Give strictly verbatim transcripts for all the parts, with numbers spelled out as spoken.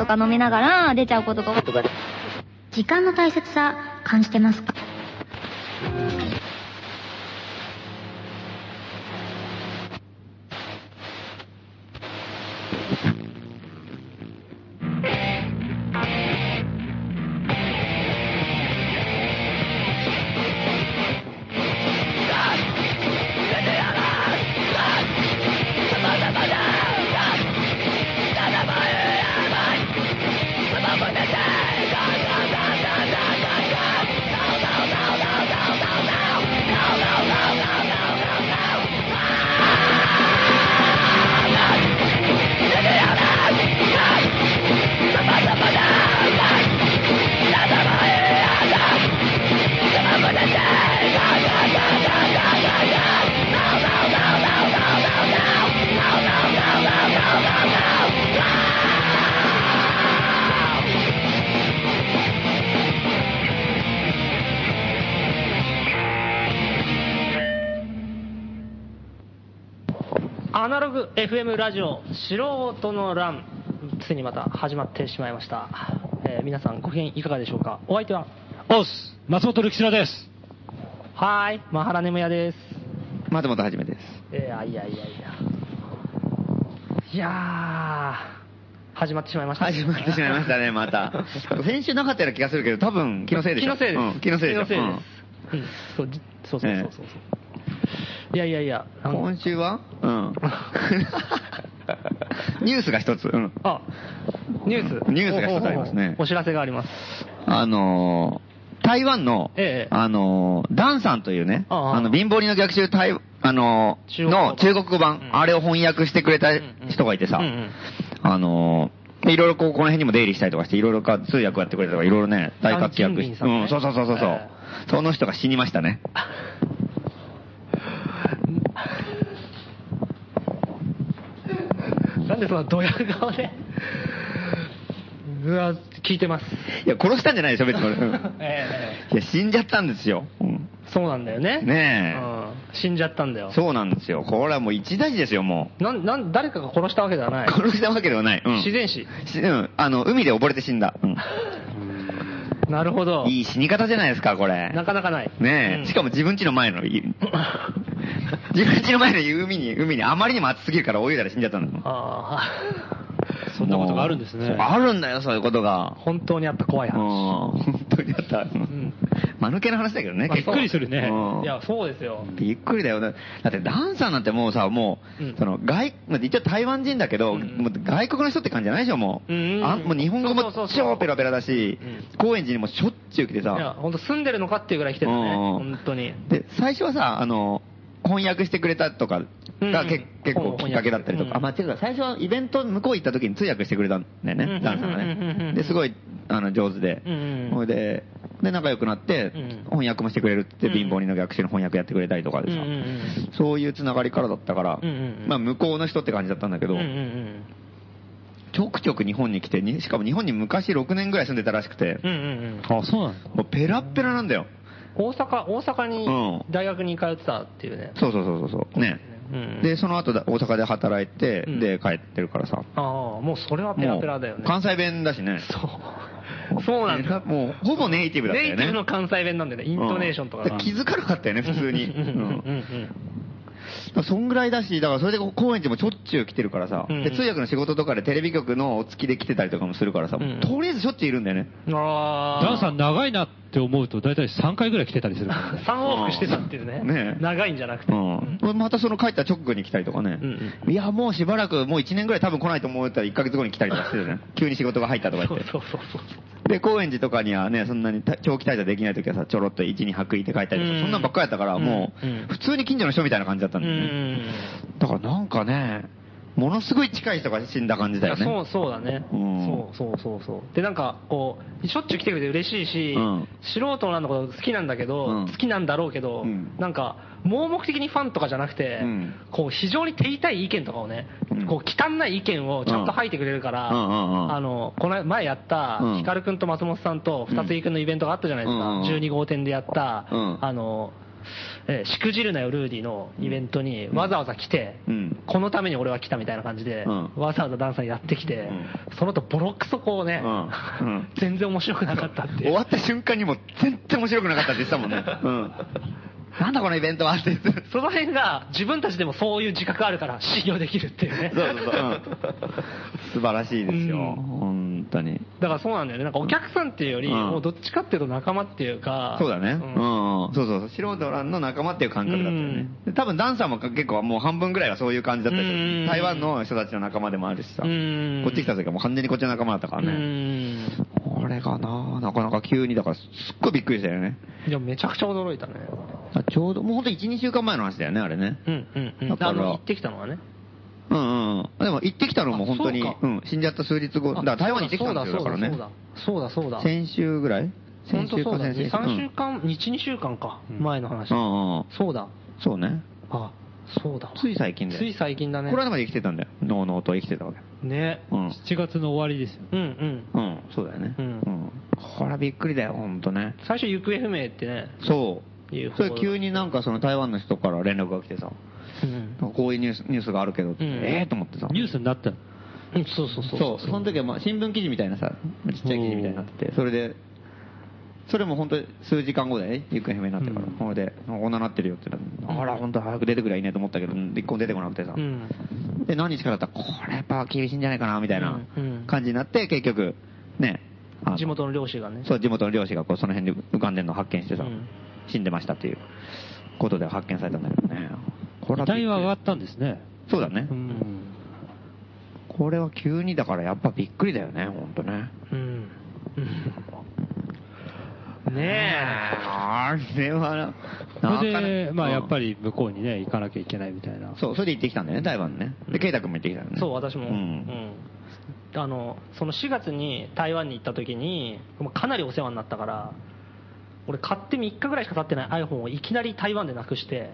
とか飲みながら出ちゃうことが多い。 時間の大切さ感じてますか？ アナログ エフエム ラジオ素人の欄、ついにまた始まってしまいました、えー、皆さんご機嫌いかがでしょうか。お相手はおっす松本力士です。 はーい、マハラネムヤです。 松本はじめです。 いやいやいやいやいやー始まってしまいました、ね、 始まってしまいましたね。また先週なかったような気がするけど、多分気のせいでしょ。 気のせいです、うん、 気のせいでしょ。 気のせいです、うん、そうそうそうそうそう、ええ、いやいやいや、 今週はうんニュースが一つ、うん、 あ、ニュースニュースが一つありますね。 お知らせがあります。 あのー、台湾の、ええ、あのー、ダンさんというね、ああの貧乏人の逆襲台、あのー、の中国語版、うん、あれを翻訳してくれた人がいてさ、うんうん、あのー、いろいろこうこの辺にも出入りしたりとかして、いろいろか通訳やってくれたとか、いろいろね大活躍して、ね、うん、そうそうそうそうそう、えー、その人が死にましたね。 なんでそんなドヤ顔でうわ聞いてます。 いや殺したんじゃないでしょ別に、うん、えー、いや死んじゃったんですよ、うん、 そうなんだよね。 ねえ、うん、 死んじゃったんだよ。 そうなんですよ。これはもう一大事ですよ。もうなんなん誰かが殺したわけではない。 殺したわけではない、うん、 自然死、 うん、あの海で溺れて死んだ、うん、 なるほど。 いい死に方じゃないですかこれ。 なかなかないねえ、うん、しかも自分家の前の自分家の前の海に海にあまりにも暑すぎるから泳いだら死んじゃったんだ。ああそんなことがあるんですね。 あるんだよそういうことが。 本当にあった怖い話。 本当にあった、うん、間抜けな話だけどね。 びっくりするね、 うん、いやそうですよ。 びっくりだよ。だってダンさんなんてもうさもう、うん、その外一応台湾人だけど、うん、もう外国の人って感じじゃないでしょもう、うん、あもう日本語も超ペラペラだし、高円寺にもしょっちゅう来てさ、 いや本当住んでるのかっていうぐらい来てるね、うん、本当に。 で最初はさあの翻訳してくれたとかが、うん、結構きっかけだったりとか、うん、あ、まあ、違うか、最初はイベント向こう行った時に通訳してくれたんだよね、ダンさんがね。で、すごい、あの、上手で、それで、で、仲良くなって、翻訳もしてくれるって、貧乏人の逆襲の翻訳やってくれたりとかでさ、そういうつながりからだったから、まあ、向こうの人って感じだったんだけど、ちょくちょく日本に来て、しかも日本に昔ろくねんぐらい住んでたらしくて、 あ、そうなんですか。 もうペラッペラなんだよ。 大阪、大阪に大学に通ってたっていうね。 うん、そうそうそうそうね、うん、でその後大阪で働いて、うん、で帰ってるからさ。 ああもうそれはペラペラだよね。 関西弁だしね。 そうそうなんだ。 もうほぼネイティブだったよね。 ネイティブの関西弁なんだよね。イントネーションとかが、 うん、気づかなかったよね普通に。うんうんうん、そんぐらいだし、だからそれで高円寺もしょっちゅう来てるからさ、うんうん、で通訳の仕事とかでテレビ局のお付きで来てたりとかもするからさ、うん、とりあえずしょっちゅういるんだよね。 ああダンさん長いなって思うと大体さんかいぐらい来てたりするさん往復してたっていうね。ね長いんじゃなくて、 うん、またその帰った直後に来たりとかね、うんうん、いやもうしばらくもういちねんぐらい多分来ないと思ったらいっかげつごに来たりとかしてるね急に仕事が入ったとか言って。そうそうそうそうで高円寺とかにはねそんなに長期滞在できない時はさちょろっといちにはくいて帰ったりとか、うん、そんなんばっかりやったから、うん、もう普通に近所の人みたいな感じだったんだよね、うん、だからなんかねものすごい近い人が死んだ感じだよね。 そうそうだね、うん、そうそうそうそうでなんかこうしょっちゅう来てくれて嬉しいし、うん、素人なんだこと好きなんだけど、うん、好きなんだろうけど、うん、なんか盲目的にファンとかじゃなくて、うん、こう非常に手痛い意見とかをね、うん、こう汚い意見をちゃんと吐いてくれるから、うん、あのこの前やった光くんと松本さんと二つ井くんのイベントがあったじゃないですか、うん、じゅうに号店でやった、うん、あのえー、しくじるなよルーディのイベントにわざわざ来て、うん、このために俺は来たみたいな感じで、うん、わざわざダンさんやってきて、うん、その後ボロクソこうね、うんうん、全然面白くなかったって。 終わった瞬間にもう全然面白くなかったって言ってたもんね。うんなんだこのイベントはってその辺が自分たちでもそういう自覚あるから信用できるっていうね。そうそうそう、うん、 素晴らしいですよ、うん、本当に。 だからそうなんだよね。なんかお客さんっていうより、うん、もうどっちかっていうと仲間っていうか。 そうだね。うん。うん、そうそうそう。素人らの仲間っていう感覚だったよね。うん、多分ダンサーも結構もう半分ぐらいはそういう感じだったけど、うん、台湾の人たちの仲間でもあるしさ、うん、こっち来た時はもう完全にこっちの仲間だったからね。うん、これがななかなか急にだからすっごいびっくりしたよね。 いやめちゃくちゃ驚いたね。 ちょうどもうほんといち、にしゅうかんまえの話だよねあれね。 うんうんうん。だから行ってきたのはね。 うんうん。でも行ってきたのも本当に、うん、死んじゃった数日後、だから台湾に行ってきたんですよだからね。 そうだそうだそうだ。 先週ぐらい？ 先週か先週。さんしゅうかん、いち、にしゅうかんか前の話。うんうん。そうだ。 そうね。 あ、そうだ。 つい最近で。 つい最近だね。 これまで生きてたんだよ。のうのうと生きてたわけ。 ね。 うん。しちがつの終わりですよ。 うんうんうん。そうだよね。うん。これはびっくりだよ本当ね。 最初行方不明ってね。 そう。それ急になんかその台湾の人から連絡が来てさ、うん、こういうニュースニュースがあるけどって、うん、ええー、と思ってさ、 ニュースになった。 うん、そうそうそうそうその時はまあ新聞記事みたいなさちっちゃい記事みたいになってて、それでそれも本当に数時間後でね行方不明になってから、うん、それでこんななってるよって言ったら、あら本当早く出てくりゃいいねと思ったけど一個も出てこなくてさ、うん、で何日かだったらこれやっぱ厳しいんじゃないかなみたいな感じになって結局ね地元の漁師がねそう地元の漁師がこうその辺で浮かんでるのを発見してさ、うん死んでましたっていうことで発見されたんだけどね。 これ遺体は上がったんですね。 そうだね。うん、これは急にだからやっぱびっくりだよね、本当ね。うん。 ねえ。 あれはな。 それで、まあやっぱり向こうにね、行かなきゃいけないみたいな。 そう、それで行ってきたんだよね、台湾ね。で、ケイタ君も行ってきたんだよね。 そう、私も。うん。うんあの、そのしがつに台湾に行った時に、かなりお世話になったから、俺買ってみっかぐらいしか経ってない iPhone をいきなり台湾でなくして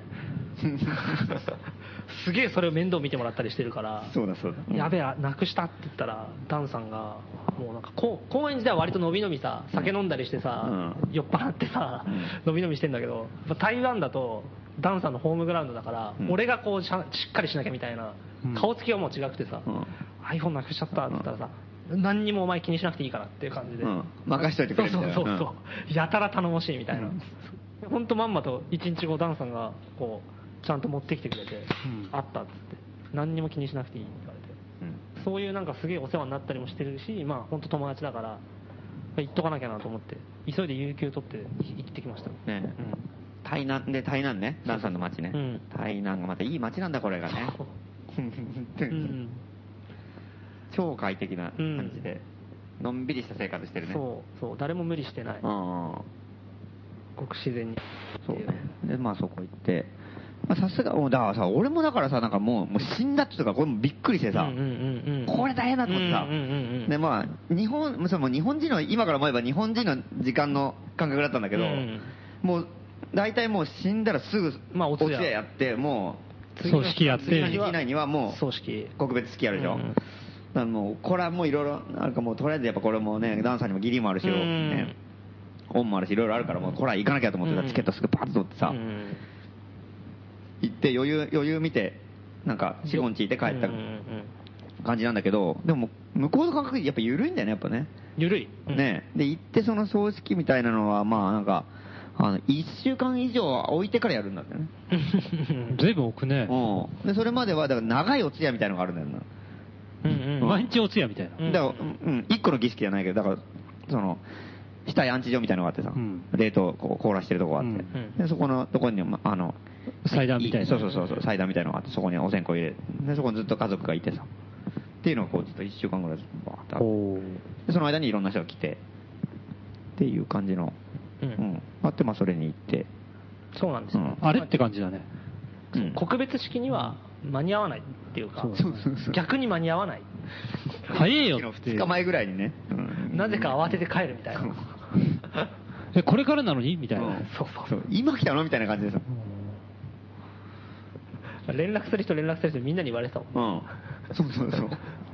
すげえそれを面倒見てもらったりしてるからそうだそうだ、 うん、やべえなくしたって言ったらダンさんがもうなんか公園時代は割とのびのびさ酒飲んだりしてさ、うん、酔っ払ってさ、うん、のびのびしてんだけど台湾だとダンさんのホームグラウンドだから、うん、俺がこうしっかりしなきゃみたいな、うん、顔つきがもう違くてさ、うん、iPhone なくしちゃったって言ったらさ、何にもお前気にしなくていいからっていう感じで、うん、 任しといてくれそうそうそうそう、うん、やたら頼もしいみたいな、うん、ほんとまんまといちにちごダンさんがこうちゃんと持ってきてくれて、うん、あったっつって何にも気にしなくていいって言われて、うん、そういうなんかすげえお世話になったりもしてるしまあほんと友達だから行っとかなきゃなと思って急いで有給取って行ってきましたね、 うん、台南で台南ねダンさんの街ね、うん、台南がまたいい街なんだこれがねうん超快適な感じで、うん、のんびりした生活してるね。 そうそう誰も無理してない。ごく自然に。 そうね。でまあそこ行って、さすがもうだからさ俺もだからさなんかもうもう死んだっていうかこれもびっくりしてさ、うんうんうんうん、これ大変だと思ってさ、うんうんうんうん、でまあ日本その日本人の今から思えば日本人の時間の感覚だったんだけど、うん、もう大体もう死んだらすぐお通夜やってもう次の日以内にはもう告別式やるでしょ。うんあのこれはもういろいろなんかもうとりあえずやっぱこれもねダンサーにも義理もあるし、ね、恩もあるしいろいろあるからもうこれは行かなきゃと思ってたチケットすぐパッと取ってさ行って余裕余裕見てなんかよん、ご日いて帰った感じなんだけどでも向こうの感覚やっぱ緩いんだよねやっぱね緩い、 うん、ねで行ってその葬式みたいなのはまあなんかあのいっしゅうかん以上置いてからやるんだってね随分置くねうんでそれまではだから長いお通夜みたいなのがあるんだよなうんうん、毎日お通夜みたいな。 だから、うん、一個の儀式じゃないけど、だから、その、死体安置所みたいなのがあってさ、うん、冷凍こう凍らしてるとこがあって、うん、でそこのとこに、あの、 祭壇みたいな。 そうそうそうそう、祭壇みたいなのがあって、そこにお線香入れで、そこにずっと家族がいてさ、っていうのがこう、ずっといっしゅうかんぐらいバーってあってで、その間にいろんな人が来て、っていう感じの、うん、うん、あって、まあそれに行って。 そうなんですよ。うん、 あれって感じだね。 うん、告別式には間に合わないっていうか、そうそうそう逆に間に合わない。 早いよって。 ふつかまえぐらいにね。 うん、なぜか慌てて帰るみたいな。 え、これからなのにみたいな、うん。 そうそうそう。今来たのみたいな感じでさ。 連絡する人連絡する人みんなに言われてたもん。 うん。そうそうそう。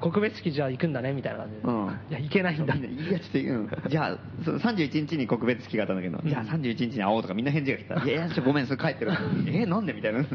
告別式じゃあ行くんだねみたいな感じで、うん、いや行けないんだ、いやちょっと、うん、じゃあそのさんじゅういちにちに告別式があったんだけど、うん、じゃあさんじゅういちにちに会おうとかみんな返事が来た、いやいやちょごめんそれ帰ってるえなんでみたいな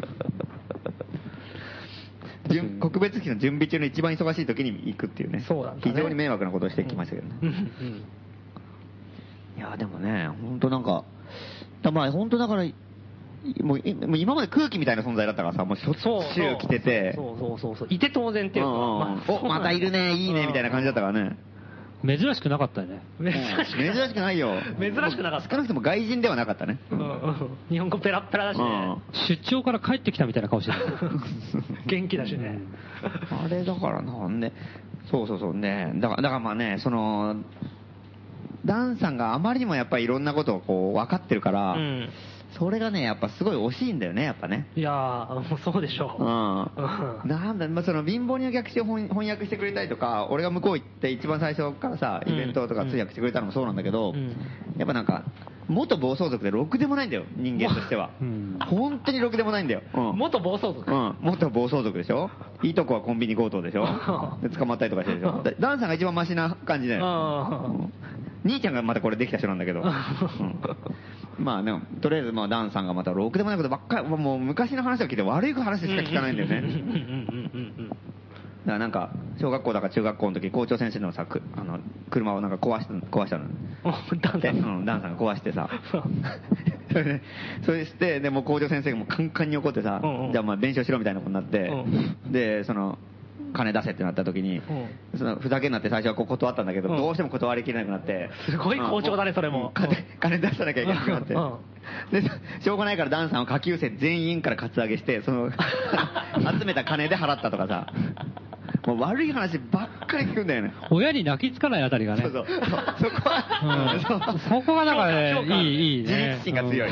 告別式の準備中の一番忙しい時に行くっていうね、そうなんだね、非常に迷惑なことをしてきましたけどね、うんうん、いやでもね本当なんかまあ本当だからもう今まで空気みたいな存在だったからさ、もうしょっちゅう来てて、 そうそうそうそう、いて当然っていうか、 まあ、おまたいるねいいねみたいな感じだったからね。 珍しくなかったよね。 珍しく珍しくないよ。 珍しくなかった。 少なくとも外人ではなかったね。 うんうん、日本語ペラッペラだしね。 出張から帰ってきたみたいな顔してる。 元気だしね。 あれだからなんで、そうそうそうね。だからだからまあね、そのダンさんがあまりにもやっぱりいろんなことをこう分かってるから。うん、それがね、やっぱすごい惜しいんだよね、やっぱね。 いやー、もうそうでしょう。 うん。なんだ、まあ、その貧乏人の逆襲を翻訳してくれたりとか、俺が向こう行って一番最初からさ、イベントとか通訳してくれたのもそうなんだけど、うん、やっぱなんか、元暴走族でろくでもないんだよ、人間としては。うん、本当にろくでもないんだよ。 うん、元暴走族うん。元暴走族でしょ。いいとこはコンビニ強盗でしょ。で、捕まったりとかしてるでしょ。ダンさんが一番マシな感じだよ。兄ちゃんがまたこれできた人なんだけど。うんまあね、とりあえずまあダンさんがまたろくでもないことばっかり、もう昔の話を聞いて悪い話しか聞かないんだよね。だからなんか小学校だか中学校の時校長先生のさくあの車をなんか壊した壊したの。 ダンさん、 うん、ダンさんが壊してさ。それでそれしてでも校長先生がもうカンカンに怒ってさ、うんうん、じゃあまあ弁償しろみたいなことになって、うん、でその。金出せってなった時に、うん、そのふざけんなって最初はこう断ったんだけど、うん、どうしても断りきれなくなって、 すごい校長だね、それも。 金, 金出さなきゃいけなくなって、うん、でしょうがないからダンさんを下級生全員からカツアゲして、その集めた金で払ったとかさ、もう悪い話ばっかり聞くんだよね。 親に泣きつかないあたりがね。 そうそう。そこは、 うん、そ, そこがだからね、いい、いいね。 自立心が強い。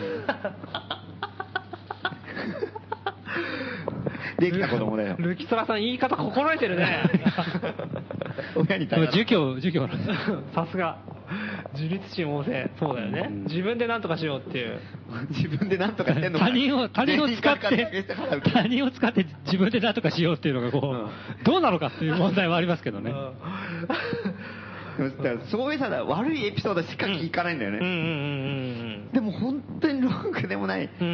できた子供だよ。 ルキソラさん言い方心得てるね。 親に対して。 儒教、儒教。 さすが。自立心旺盛。そうだよね。自分で何とかしようっていう。 自分で何とかしてんのか。 他人を、他人を使って、他人を使って自分で何とかしようっていうのがこう、うん、どうなのかっていう問題はありますけどね。 うん、そういうさ、悪いエピソードしか聞かないんだよね。でも本当にロングでもない。うんうん、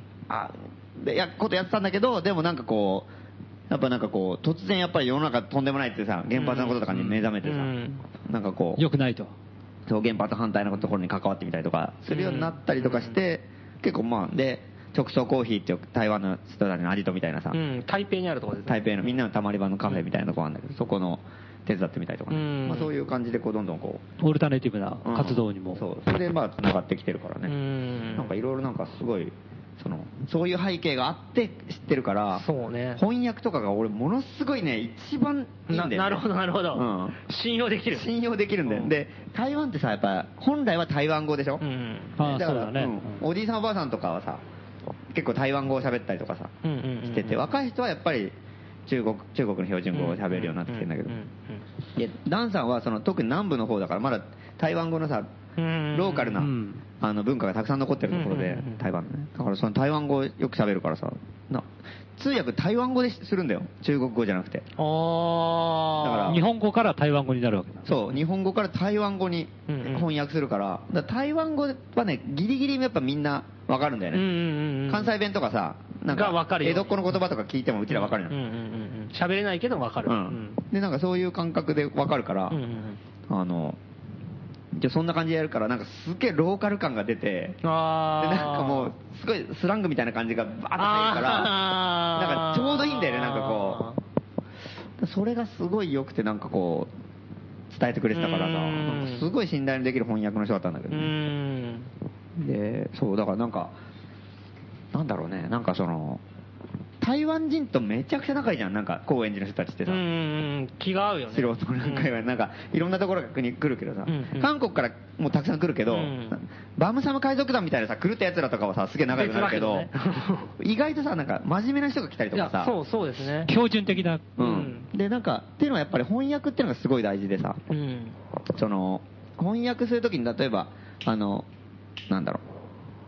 あでやことやってたんだけど、でもなんかこうやっぱなんかこう突然やっぱり世の中とんでもないってさ、原発のこととかに目覚めてさ、うん、なんかこう良くないと、 そう原発反対のところに関わってみたりとかするようになったりとかして、うん、結構まあで直送コーヒーっていう台湾の人たちのアジトみたいなさ、うん、 台北にあるところですね。 台北のみんなのたまり場のカフェみたいなところあるんだけど、そこの手伝ってみたりとか、ね、うん、まあ、そういう感じでこうどんどんこうオルタネティブな活動にも、うん、 そうそれでまあ繋がってきてるからね、うん、なんかいろいろなんかすごいそのそういう背景があって知ってるから、 そうね、 翻訳とかが俺ものすごいね一番いいんだよね。 な, なるほどなるほど、うん、信用できる信用できるんだよ、うん、で台湾ってさやっぱ本来は台湾語でしょ、うん、 あだからそうだね、 うん、おじいさんおばあさんとかはさ結構台湾語を喋ったりとかさ、うんうんうんうん、してて、若い人はやっぱり中国中国の標準語を喋るようになってきてるんだけど、でダンさんはその特に南部の方だからまだ台湾語のさローカルな、うん、あの文化がたくさん残ってるところで、うんうんうん、台湾のね、だからその台湾語をよく喋るからさな、通訳台湾語でするんだよ、中国語じゃなくて。 あだから日本語から台湾語になるわけだ。 そう、日本語から台湾語に翻訳するから、だから台湾語はねギリギリやっぱみんなわかるんだよね、うんうんうん、関西弁とかさなんか江戸っ子の言葉とか聞いてもうちらわかるの、うんうんうん、 喋れないけどわかる、うん、 でなんかそういう感覚でわかるから、うんうんうん、あのじゃそんな感じでやるからなんかすげえローカル感が出て、あでなんかもうすごいスラングみたいな感じがバーッと入るからなんかちょうどいいんだよね、なんかこうそれがすごい良くてなんかこう伝えてくれてたからさ、なんかすごい信頼のできる翻訳の人だったんだけど、ね、うんでそうだからなんかなんだろうね、なんかその台湾人とめちゃくちゃ仲いいじゃん、なんか高円寺の人たちってさ、うん気が合うよね、素人なんかはなんかいろんなところが来るけどさ、うんうん、韓国からもうたくさん来るけど、うん、バムサム海賊団みたいなさ狂ったやつらとかはさすげえ仲良くなるけど、ね、意外とさなんか真面目な人が来たりとかさ、 そうそうですね、 標準的な、 うん、でなんかっていうのはやっぱり翻訳っていうのがすごい大事でさ、うん、その翻訳するときに例えばあのなんだろう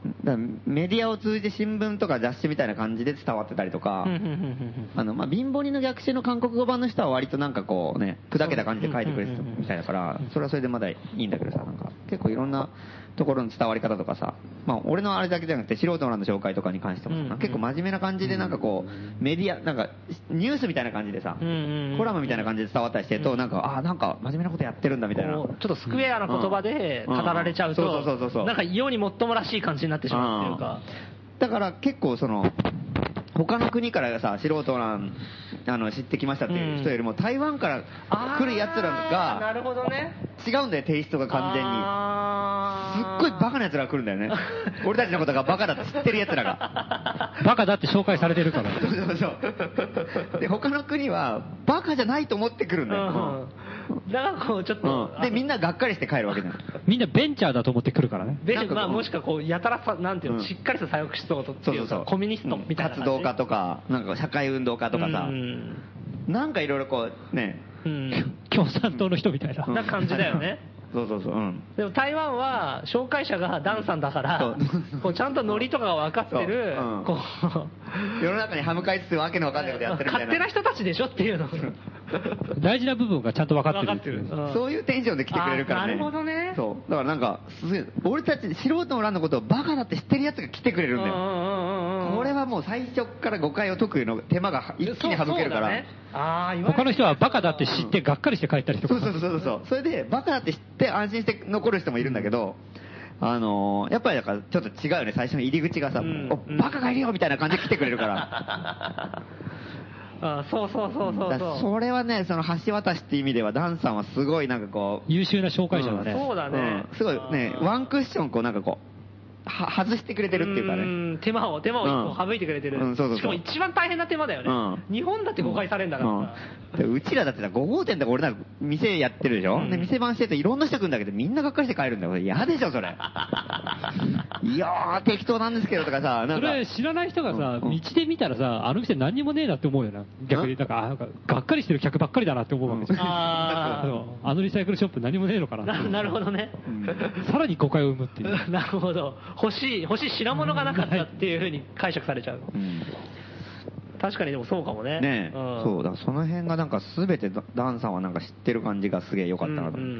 だメディアを通じて新聞とか雑誌みたいな感じで伝わってたりとか、あの、まあ、貧乏人の逆襲の韓国語版の人は割となんかこうね、砕けた感じで書いてくれてたみたいだから、それはそれでまだいいんだけどさ、なんか結構いろんなところの伝わり方とかさ、まあ、俺のあれだけじゃなくて素人の紹介とかに関してもさ、結構真面目な感じでなんかこう、メディア、なんかニュースみたいな感じでさ、コラムみたいな感じで伝わったりしてると、なんか、ああ、なんか真面目なことやってるんだみたいな。ちょっとスクエアな言葉で語られちゃうと、なんか異様にもっともらしい感じになってしまうっていうか。 だから結構その、他の国からさ、素人なんあの知ってきましたっていう人よりも、台湾から来る奴らが、 なるほどね。 違うんだよ、テイストが完全に。すっごいバカな奴らが来るんだよね。俺たちのことがバカだって知ってる奴らが。 バカだって紹介されてるから。 そうそうそう。で、他の国は、バカじゃないと思ってくるんだよ。 だからこう、ちょっと、 うん。で、みんながっかりして帰るわけじゃん。 みんなベンチャーだと思ってくるからね。 ベンまあもしくはこう、やたらさ、なんていうの、しっかりした左翼思想というか、コミュニストみたいな。 活動家とか、なんか社会運動家とかさ、なんかいろいろこう、ね、 共産党の人みたいな。 な感じだよね。 そうそうそう。うん、 でも台湾は紹介者がダンさんだから、こうちゃんとノリとかが分かってる、うん、こう世の中に歯向かいつつわけの分かんないことやってるみたいな。 勝手な人たちでしょっていうの。 大事な部分がちゃんと分かってる。分かってる。 うん、そういうテンションで来てくれるからね。 なるほどね。 そう。だからなんか、俺たち素人の欄のことをバカだって知ってるやつが来てくれるんだよ。これはもう最初から誤解を解くの手間が一気に省けるから。ね、 あ他の人はバカだって知ってがっかりして帰ったりとか。 そうそうそうそう。それでバカだって知って安心して残る人もいるんだけど、あのー、やっぱりだからちょっと違うよね、最初の入り口がさ、うん、おバカがいるよみたいな感じで来てくれるから。 あそうそうそうそうそう。 それはね、その橋渡しって意味では、ダンさんはすごいなんかこう。 優秀な紹介者だね。 うん、そうだね、 うん。すごいね、ワンクッションこうなんかこう、は外してくれてるっていうかね。 うん手間を、手間を一個省いてくれてる。うん、そうそうそう。しかも一番大変な手間だよね。うん、日本だって誤解されるんだからさ。 うん、うちらだってさ、ご号店とか俺なんか店やってるでしょ、うん、で、店番してるといろんな人来るんだけど、みんながっかりして帰るんだよ。嫌でしょ、それ。いやー、適当なんですけどとかさ、なんか。 それ知らない人がさ、道で見たらさ、あの店何にもねえなって思うよな。逆に、なんか、なんかがっかりしてる客ばっかりだなって思うわけじゃん。ああのリサイクルショップ何もねえのかな。 な, なるほどね、 うん。さらに誤解を生むっていう。 なるほど。欲しい、欲しい品物がなかったっていう風に解釈されちゃう。うん、確かにでもそうかもね。 ねえ、うん、そうだ、その辺がなんか全てダンさんはなんか知ってる感じがすげえ良かったなと思って。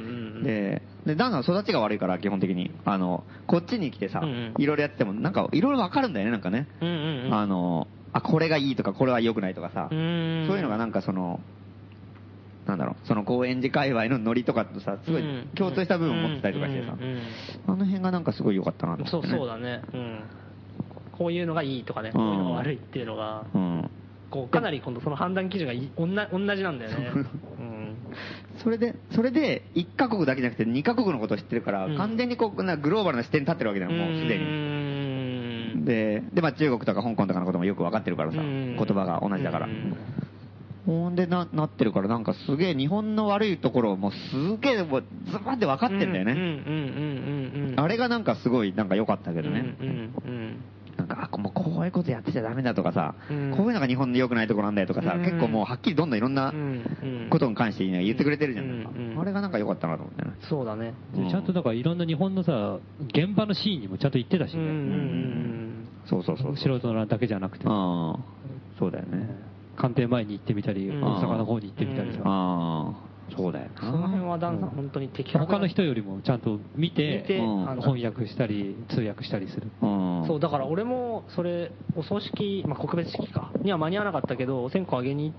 で、でダンさんは育ちが悪いから基本的にあのこっちに来てさ、いろいろやってもなんかいろいろわかるんだよねなんかね。うんうんうん、あのあこれがいいとかこれは良くないとかさ、そういうのがなんかその。なんだろう、その高円寺界隈のノリとかとさ、すごい共通した部分を持ってたりとかしてさ、あの辺がなんかすごい良かったなと思って、ね。 そうそうだね。うん。こういうのがいいとかね、こういうのが悪いっていうのが、うん、こうかなり今度その判断基準がおんな同じなんだよね。うん、 それで、それでいっカ国だけじゃなくてにカ国のことを知ってるから、うん、完全にこうなグローバルな視点に立ってるわけだよ、もうすでに。で、で、まあ中国とか香港とかのこともよく分かってるからさ、言葉が同じだから。ほんでな、なってるからなんかすげえ日本の悪いところをもうすげえもうズバンで分かってんだよね。あれがなんかすごいなんか良かったけどね。うんうんうん、なんか、あ、もうこういうことやってちゃダメだとかさ、うん、こういうのが日本の良くないところなんだよとかさ、うん、結構もうはっきりどんどんいろんなことに関して言ってくれてるじゃん。うんうん、あれがなんか良かったなと思ってね。 そうだね。 うん、ちゃんとだからいろんな日本のさ、現場のシーンにもちゃんと行ってたしね。うんうんうん、 そうそうそう。 素人のだけじゃなくて。 あそうだよね。 官邸前に行ってみたり、大阪の方に行ってみたりさ。 ああ、そうだよ。 その辺はダンさん本当に的確。 他の人よりもちゃんと見て、見て翻訳したり、通訳したりする。 そう、だから俺もそれ、お葬式、まあ告別式か、には間に合わなかったけど、お線香あげに行って、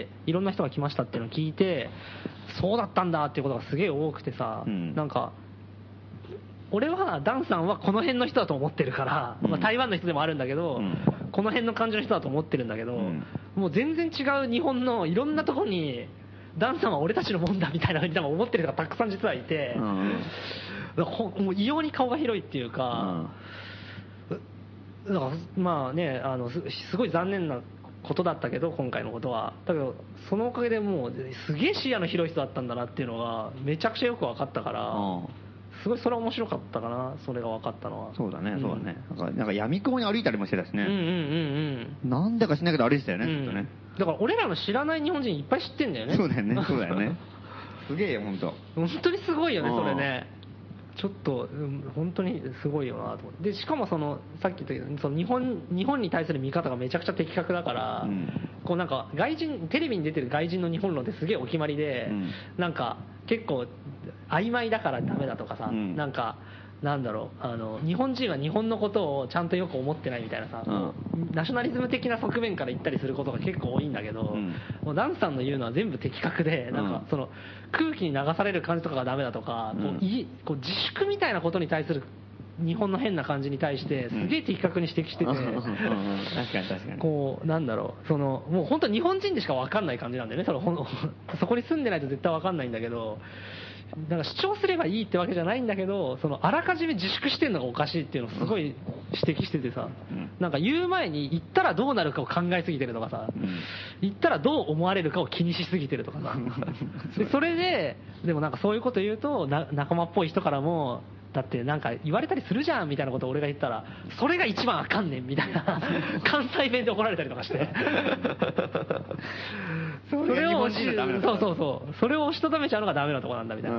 いろんな人が来ましたっていうのを聞いて、そうだったんだっていうことがすげえ多くてさ、うん、なんか、俺はダンさんはこの辺の人だと思ってるから、うん、まあ、台湾の人でもあるんだけど、うん、この辺の感じの人だと思ってるんだけど、うん、もう全然違う日本のいろんなところにダンさんは俺たちのもんだみたいなふうに思ってる人がたくさん実はいて、うん、もう異様に顔が広いっていうか、うん、だからまあね、あの す, すごい残念なことだったけど今回のことは、だけどそのおかげでもうすげえ視野の広い人だったんだなっていうのがめちゃくちゃよく分かったから、うん、すごいそれは面白かったかな、それが分かったのは。 そうだね、そうだね。なんか、なんか闇雲に歩いたりもしてたしね。 うんうんうんうん。 なんでかしないけど歩いてたよね、ずっとね。 だから俺らの知らない日本人いっぱい知ってんだよね。 そうだよね、そうだよね。すげえよ、ほんと。 本当にすごいよね、それね。 ちょっと、うん、本当にすごいよなと思って。で、しかもその、さっき言ったけど、その日本、日本に対する見方がめちゃくちゃ的確だから、うん、こうなんか、外人、テレビに出てる外人の日本論ってすげえお決まりで、うん、なんか、結構、曖昧だからダメだとかさ、うん、なんか、なんだろう、あの、日本人は日本のことをちゃんとよく思ってないみたいなさ、うん、ナショナリズム的な側面から言ったりすることが結構多いんだけど、うん、もうダンさんの言うのは全部的確で、なんかその空気に流される感じとかがダメだとか、うん、こういこう自粛みたいなことに対する日本の変な感じに対してすげえ的確に指摘してて、うん、確かに確かに、こうなんだろう、そのもう本当日本人でしか分かんない感じなんだよね。そのそこに住んでないと絶対分かんないんだけど。だから主張すればいいってわけじゃないんだけど、そのあらかじめ自粛してるのがおかしいっていうのをすごい指摘しててさ、うん、なんか言う前に言ったらどうなるかを考えすぎてるとかさ、うん、言ったらどう思われるかを気にしすぎてるとかさでそれででもなんかそういうこと言うとな仲間っぽい人からもだってなんか言われたりするじゃんみたいなことを俺が言ったらそれが一番あかんねんみたいな関西弁で怒られたりとかしてそれをそうそうそうそれを押しとどめちゃうのがダメなとこなんだみたいな、うん、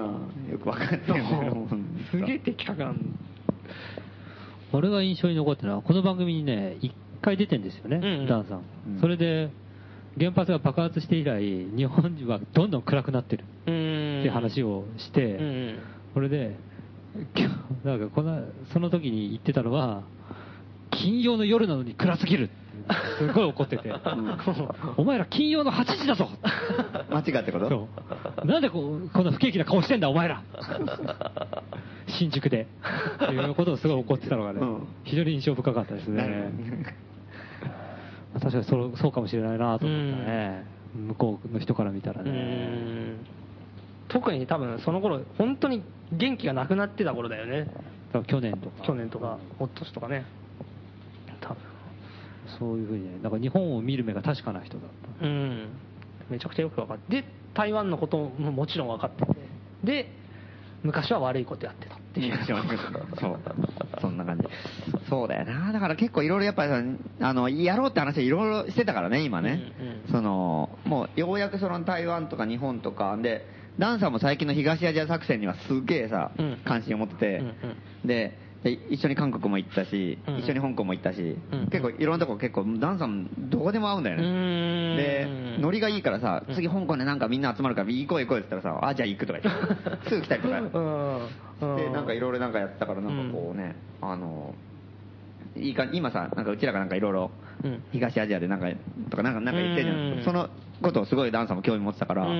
よく分かってるすげえ的確なんだ。 俺が印象に残ってるのはこの番組にねいっかい出てんですよね、うんうん、ダンさん、うん、それで原発が爆発して以来日本人はどんどん暗くなってるって話をして、うんうん、これでなんかこのその時に言ってたのは金曜の夜なのに暗すぎるすごい怒ってて、うん、お前ら金曜のはちじだぞ間違ってこと？ そうなんでこうこんな不景気な顔してんだお前ら新宿でっていうことをすごい怒ってたのがね、うん、非常に印象深かったですね確かに そ, そうかもしれないなと思ったね、うん、向こうの人から見たらね。うん特に多分その頃本当に元気がなくなってた頃だよね。 多分去年とか去年とかおととしとかね。多分そういうふうにね、なんか日本を見る目が確かな人だった。 うん。めちゃくちゃよく分かって、で台湾のことももちろん分かってて、で昔は悪いことやってたっていう。 そうそんな感じ。そうだよな。だから結構いろいろやっぱりあのやろうって話はいろいろしてたからね今ね。うんうん、そのもうようやくその台湾とか日本とかで。ダンさんも最近の東アジア作戦にはすげえさ、うん、関心を持ってて、うんうん、で一緒に韓国も行ったし、うん、一緒に香港も行ったし、うん、結構いろんなとこ結構ダンさんどこでも会うんだよね。でノリがいいからさ、次香港でなんかみんな集まるから行こう行こうって言ったらさ、あじゃあ行くとか言ってすぐ来たりとかでなんかいろいろなんかやったからなんかこうね、うん、あのいいか今さなんかうちらがなんかいろいろ東アジアでなんかとかなんかなんか言ってるじゃん、うん、そのことをすごいダンさんも興味持ってたから、うん、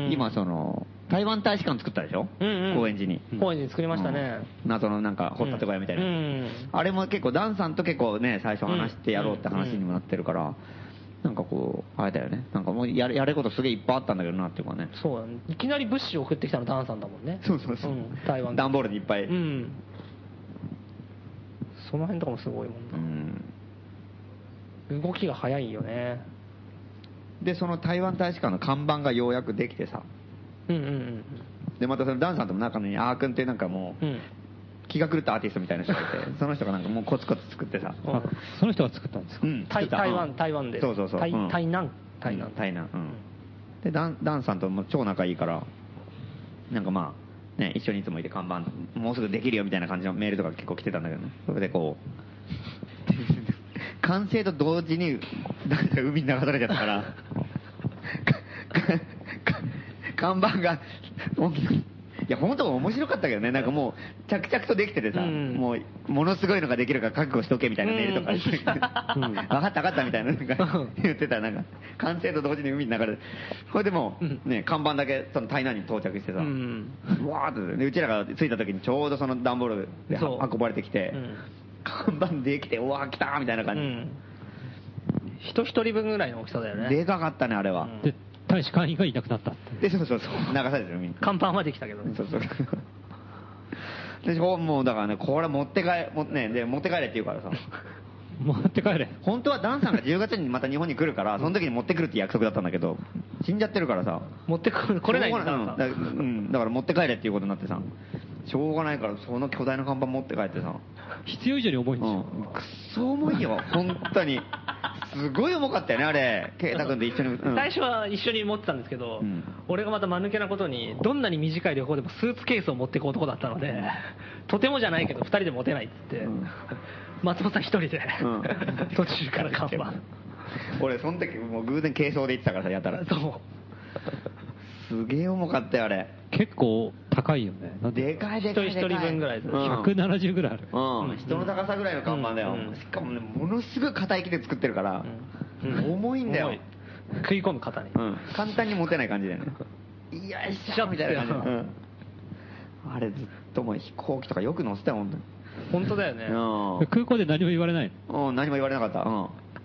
今その台湾大使館作ったでしょ、うんうん、高円寺に高円寺に作りましたね、 うん、謎のなんか掘ったて小屋みたいな、うん、あれも結構ダンさんと結構ね最初話してやろうって話にもなってるから、うんうん、なんかこうあれだよね、なんかもうやれやれることすげえいっぱいあったんだけどなっていうかね。 そうだね、いきなり物資を送ってきたのダンさんだもんね。 そうそうそう、うん、台湾段ボールにいっぱい、うん、 その辺とかもすごいもんな、うん、動きが早いよね。 でその台湾大使館の看板がようやくできてさ、うんうんうん、でまたそのダンさんとも中にあーくんってなんかもう、うん、気が狂ったアーティストみたいな人がいてその人がなんかもうコツコツ作ってさ、うん、 その人が作ったんですか、うん、 台, 台湾台湾でそうそうそう、 台台南台南台南、うん、でダンダンさんとも超仲いいからなんかまあね一緒にいつもいて看板もうすぐできるよみたいな感じのメールとか結構来てたんだけどね。それでこう完成と同時に海に流されちゃったから看板がいや本当面白かったけどね、なんかもう着々とできててさ、うん、もうものすごいのができるから覚悟しとけみたいなメールとか、うん、分かった分かったみたいななんか言ってたらなんか完成と同時に海に流れて、これでもうね看板だけその台南に到着してさ、うん、わーってでうちらが着いた時にちょうどその段ボールで運ばれてきて、うん、看板できてうわー来たーみたいな感じ、うん、 人一人分ぐらいの大きさだよね。 でかかったねあれは、うんで大使館員がいなくなったって。 でそうそうそう流されてるみんな。 看板はできたけどね。 そうそうでもうだからねこれ持って帰もねで持って帰れって言うからさ持って帰れ。 本当はダンさんがじゅうがつにまた日本に来るからその時に持ってくるって約束だったんだけど死んじゃってるからさ持ってく来れないんだからだ、うん、だから持って帰れっていうことになってさしょうがないからその巨大な看板持って帰ってさ必要以上に重いんですよ、 うん、くっそ重いよ本当にすごい重かったよね、あれ。圭太君と一緒に。うん、 最初は一緒に持ってたんですけど、うん、俺がまた間抜けなことに、どんなに短い旅行でもスーツケースを持っていく男だったので、とてもじゃないけど、二人で持てないって言って、うん、松本さん一人で、うん、途中から看板。 俺、その時もう偶然軽装で行ってたからさ、やったら。そう。すげえ重かったよ、あれ。 結構高いよね。 でかいでかい。 人一人分ぐらいです。 ひゃくななじゅうぐらいある。 うん。人の高さぐらいの看板だよ。しかもね、ものすごい硬い木で作ってるから、重いんだよ。 食い込む肩に。 簡単に持てない感じだよね。いやいしょみたいな感じ。あれずっともう飛行機とかよく乗せたよ、本当に。 本当だよね。 空港で何も言われないの？うん、何も言われなかった。うん。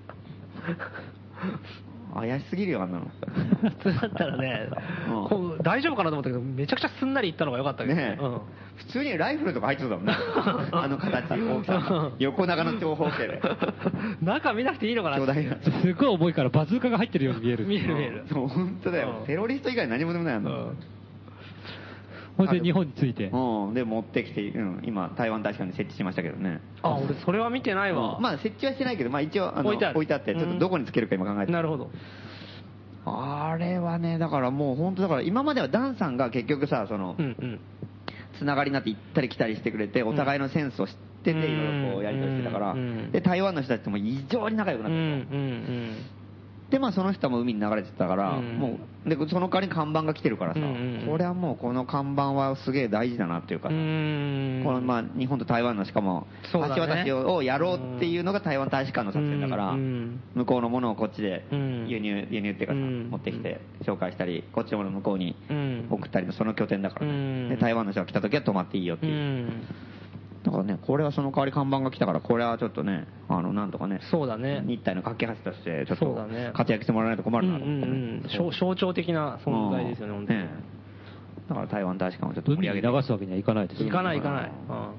怪しすぎるよ、あんなの。 普通だったらね、うん、大丈夫かなと思ったけど、めちゃくちゃすんなりいったのが良かったけどね。うん、 普通にライフルとか入ってたもんね。あの形、大きさ。横長の長方形で。 中見なくていいのかなって。 すごい重いからバズーカが入ってるように見える。 見える見える。 そう、本当だよ。テロリスト以外何もでもないの。 ほんで日本に着いて。 うん。で、持ってきて、うん、今、台湾大使館に設置しましたけどね。 あ、俺それは見てないわ。 まあ、設置はしてないけど、まあ一応、あの、置いてあって、ちょっとどこにつけるか今考えてる。 なるほど。 あれはね、だからもう本当だから、今まではダンさんが結局さ、その、つながりになって行ったり来たりしてくれて、お互いのセンスを知ってて、いろいろこうやり取りしてたから、で、台湾の人たちとも異常に仲良くなってた。で、まあその人も海に流れてたから、うん、もう、で、その代わりに看板が来てるからさ、うんうん、これはもうこの看板はすげえ大事だなっていうかさ、うんこのまあ日本と台湾のしかも、橋渡しをやろうっていうのが台湾大使館の作戦だから、うん、向こうのものをこっちで輸入、輸入っていうかさ、うん、持ってきて紹介したり、こっちのものを向こうに送ったりのその拠点だからね、うん、で、台湾の人が来た時は泊まっていいよっていう。うんだからね、これはその代わり看板が来たから、これはちょっとね、あの、なんとかね、 そうだね。 日体の架け橋として、ちょっと活躍してもらわないと困るなと思って、ねうんうん、象徴的な存在ですよね、本当に。ね、 だから台湾大使館をちょっと盛り上げて。 海に流すわけにはいかないですよ。 いかない、いかない。うん。い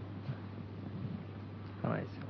かないですよ。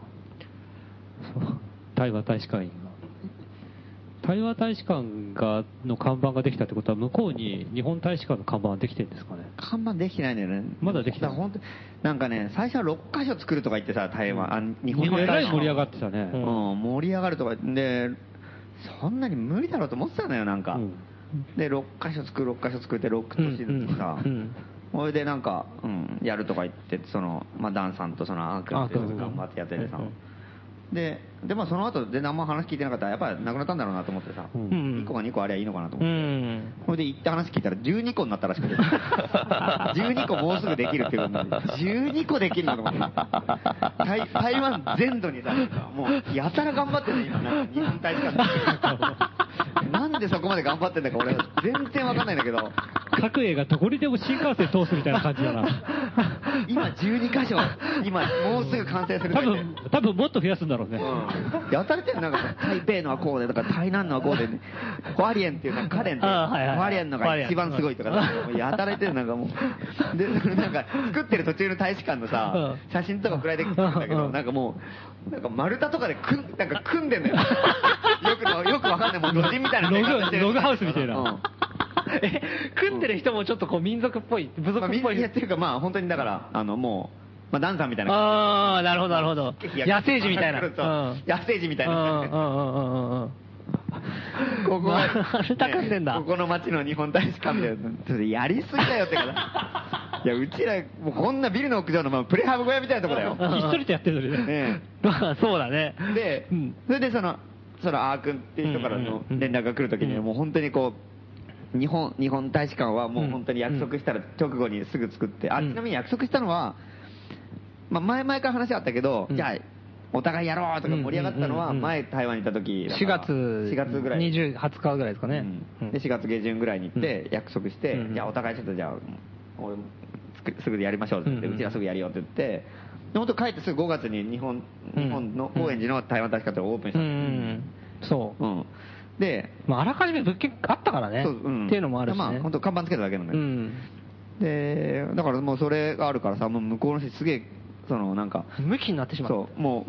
台湾大使館員が。台湾大使館がの看板ができたってことは、向こうに日本大使館の看板はできてるんですかね。 看板できてないんだよね。 まだできてない。 本当なんかね、最初はろっかしょ作るとか言ってさ、台湾、あ日本大使館。盛り上がってたね。 うん、盛り上がるとかで、そんなに無理だろうと思ってたのよ、なんか。うん、で、ろっかしょ作る、ろっかしょ作って、ろく都市ずつさ。それでなんか、うん、やるとか言って、その、まあ、ダンさんとそのアークって頑張ってやっててさ。で、で、まあその後で何も話聞いてなかったら、やっぱりなくなったんだろうなと思ってさ、うん、いっこがにこあればいいのかなと思って、うん、それで行って話聞いたらじゅうにこになったらしくて、じゅうにこもうすぐできるっていうことになって、じゅうにこできるのと思って、台, 台湾全土にさ、もうやたら頑張ってるね、今、なんか日本大使館なんでそこまで頑張ってんだか俺は全然わかんないんだけど、 各映画どこにでも新幹線通すみたいな感じだな。 今じゅうにかしょ、今もうすぐ完成する多分、多分もっと増やすんだろうね。 うん、やたれてるなんか台北のはこうで、だから台南のはこうで、ね、ホアリエンっていうなんかカレンって、ホアリエンのが一番すごいとか、やたれてるなんかもう、で、なんか作ってる途中の大使館のさ、写真とか送られてくるんだけど、なんかもう、なんか丸太とかで組ん、なんか組んでんだよ。よく、よくわかんない、もう路地みたいなログ、ログハウスみたいな。うんえ、組んでる人もちょっとこう民族っぽい、部族っぽい。 やってるか、まあ本当にだから、あのもう、まあダンサーみたいな。 ああ、なるほどなるほど。野生児みたいな。 野生児みたいな。うんうんうんうん。ここは、ここの町の日本大使館で、ちょっとやりすぎだよってか。いや、うちら、もうこんなビルの屋上のまあプレハブ小屋みたいなとこだよ。 ひっそりとやってるのにね。 まあそうだね。 で、それでその、そのアー君っていう人からの連絡が来るときに、もう本当にこう、日本、日本大使館はもう本当に約束したら直後にすぐ作って、あ、ちなみに約束したのは、まあ前々から話あったけど、じゃあ、お互いやろうとか盛り上がったのは、前台湾に行った時、 しがつ、 しがつぐらい。 にじゅう、はつかぐらいですかね。 で、しがつ下旬ぐらいに行って約束して、じゃあお互いちょっとじゃあ、俺、すぐやりましょうって言って、うちらすぐやるよって言って、で、本当帰ってすぐごがつに日本、日本の高円寺の台湾大使館をオープンしたんですよ。そう。 うんで、 まあ、あらかじめ物件あったからね。そう、うん、っていうのもあるし、ね。 まあ、本当看板つけただけなんだよ。うん、で、だからもうそれがあるからさ、もう向こうの人すげえ、そのなんか。 向きになってしまう。 そう、もう、うん。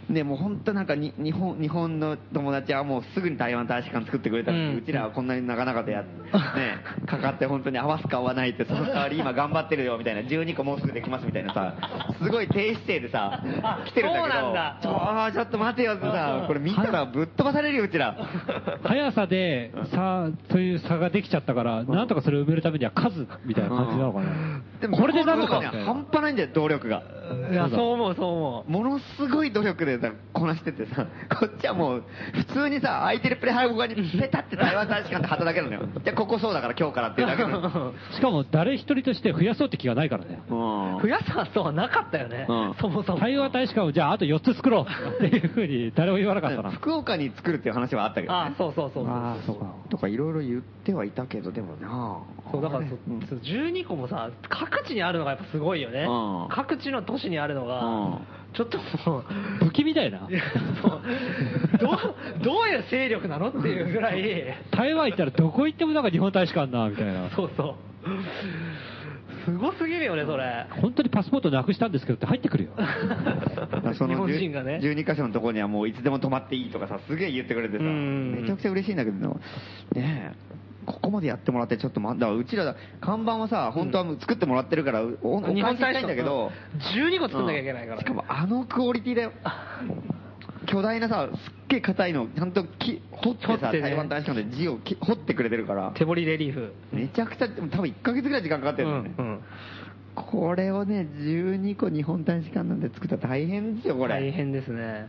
でもう本当なんかに日本日本の友達はもうすぐに台湾大使館作ってくれたのに、うん、うちらはこんなになかなかでや、ね、かかって本当に合わすか合わないって、その代わり今頑張ってるよみたいな、じゅうにこもうすぐできますみたいなさ、すごい低姿勢でさ来てるんだけど、そうなんだ、ちょちょっと待てよってさ、これ見たらぶっ飛ばされるようちら。 速さでさそういう差ができちゃったから、なんとかそれを埋めるためには数みたいな感じなのかな。 でもこれでなんとか半端ないんだよ動力が。 いやそう思うそう思う。ものすごい努力でこなしててさ、こっちはもう普通にさ空いてるプレハイ側にペタって台湾大使館って貼っただけなのよ。じゃあここそうだから今日からっていうだけなの。 しかも誰一人として増やそうって気がないからね。 増やす発想はなかったよね、うん、そもそも。 台湾大使館をじゃああとよっつ作ろうっていうふうに誰も言わなかったな。 福岡に作るっていう話はあったけどね。 あそうそうそうそうあそうかとかいろいろ言ってはいたけど、でもなそうだからそ、うん、じゅうにこもさ各地にあるのがやっぱすごいよね、うん、各地の都市にあるのが、うん、ちょっともう武器みたいなどうどういう勢力なのっていうぐらい台湾行ったらどこ行ってもなんか日本大使館なみたいな。 そうそうすごすぎるよねそれ。 本当にパスポートなくしたんですけどって入ってくるよ。 その日本人がねじゅうにかしょのところにはもういつでも泊まっていいとかさ、すげえ言ってくれてさ、めちゃくちゃ嬉しいんだけどねえ、ここまでやってもらってちょっとまだうちら看板はさ本当は作ってもらってるから、うん、おお日本大使んだけどじゅうにこ作んなきゃいけないから、ねうん、しかもあのクオリティだよ。巨大なさ、すっげえ硬いのちゃんとき掘ってさ、台湾大使館で字をき掘ってくれてるから、 手彫りレリーフめちゃくちゃ、多分いっかげつぐらい時間かかってるんだよね、うんうん、これをねじゅうにこ日本大使館なんで作ったら大変ですよこれ。 大変ですね。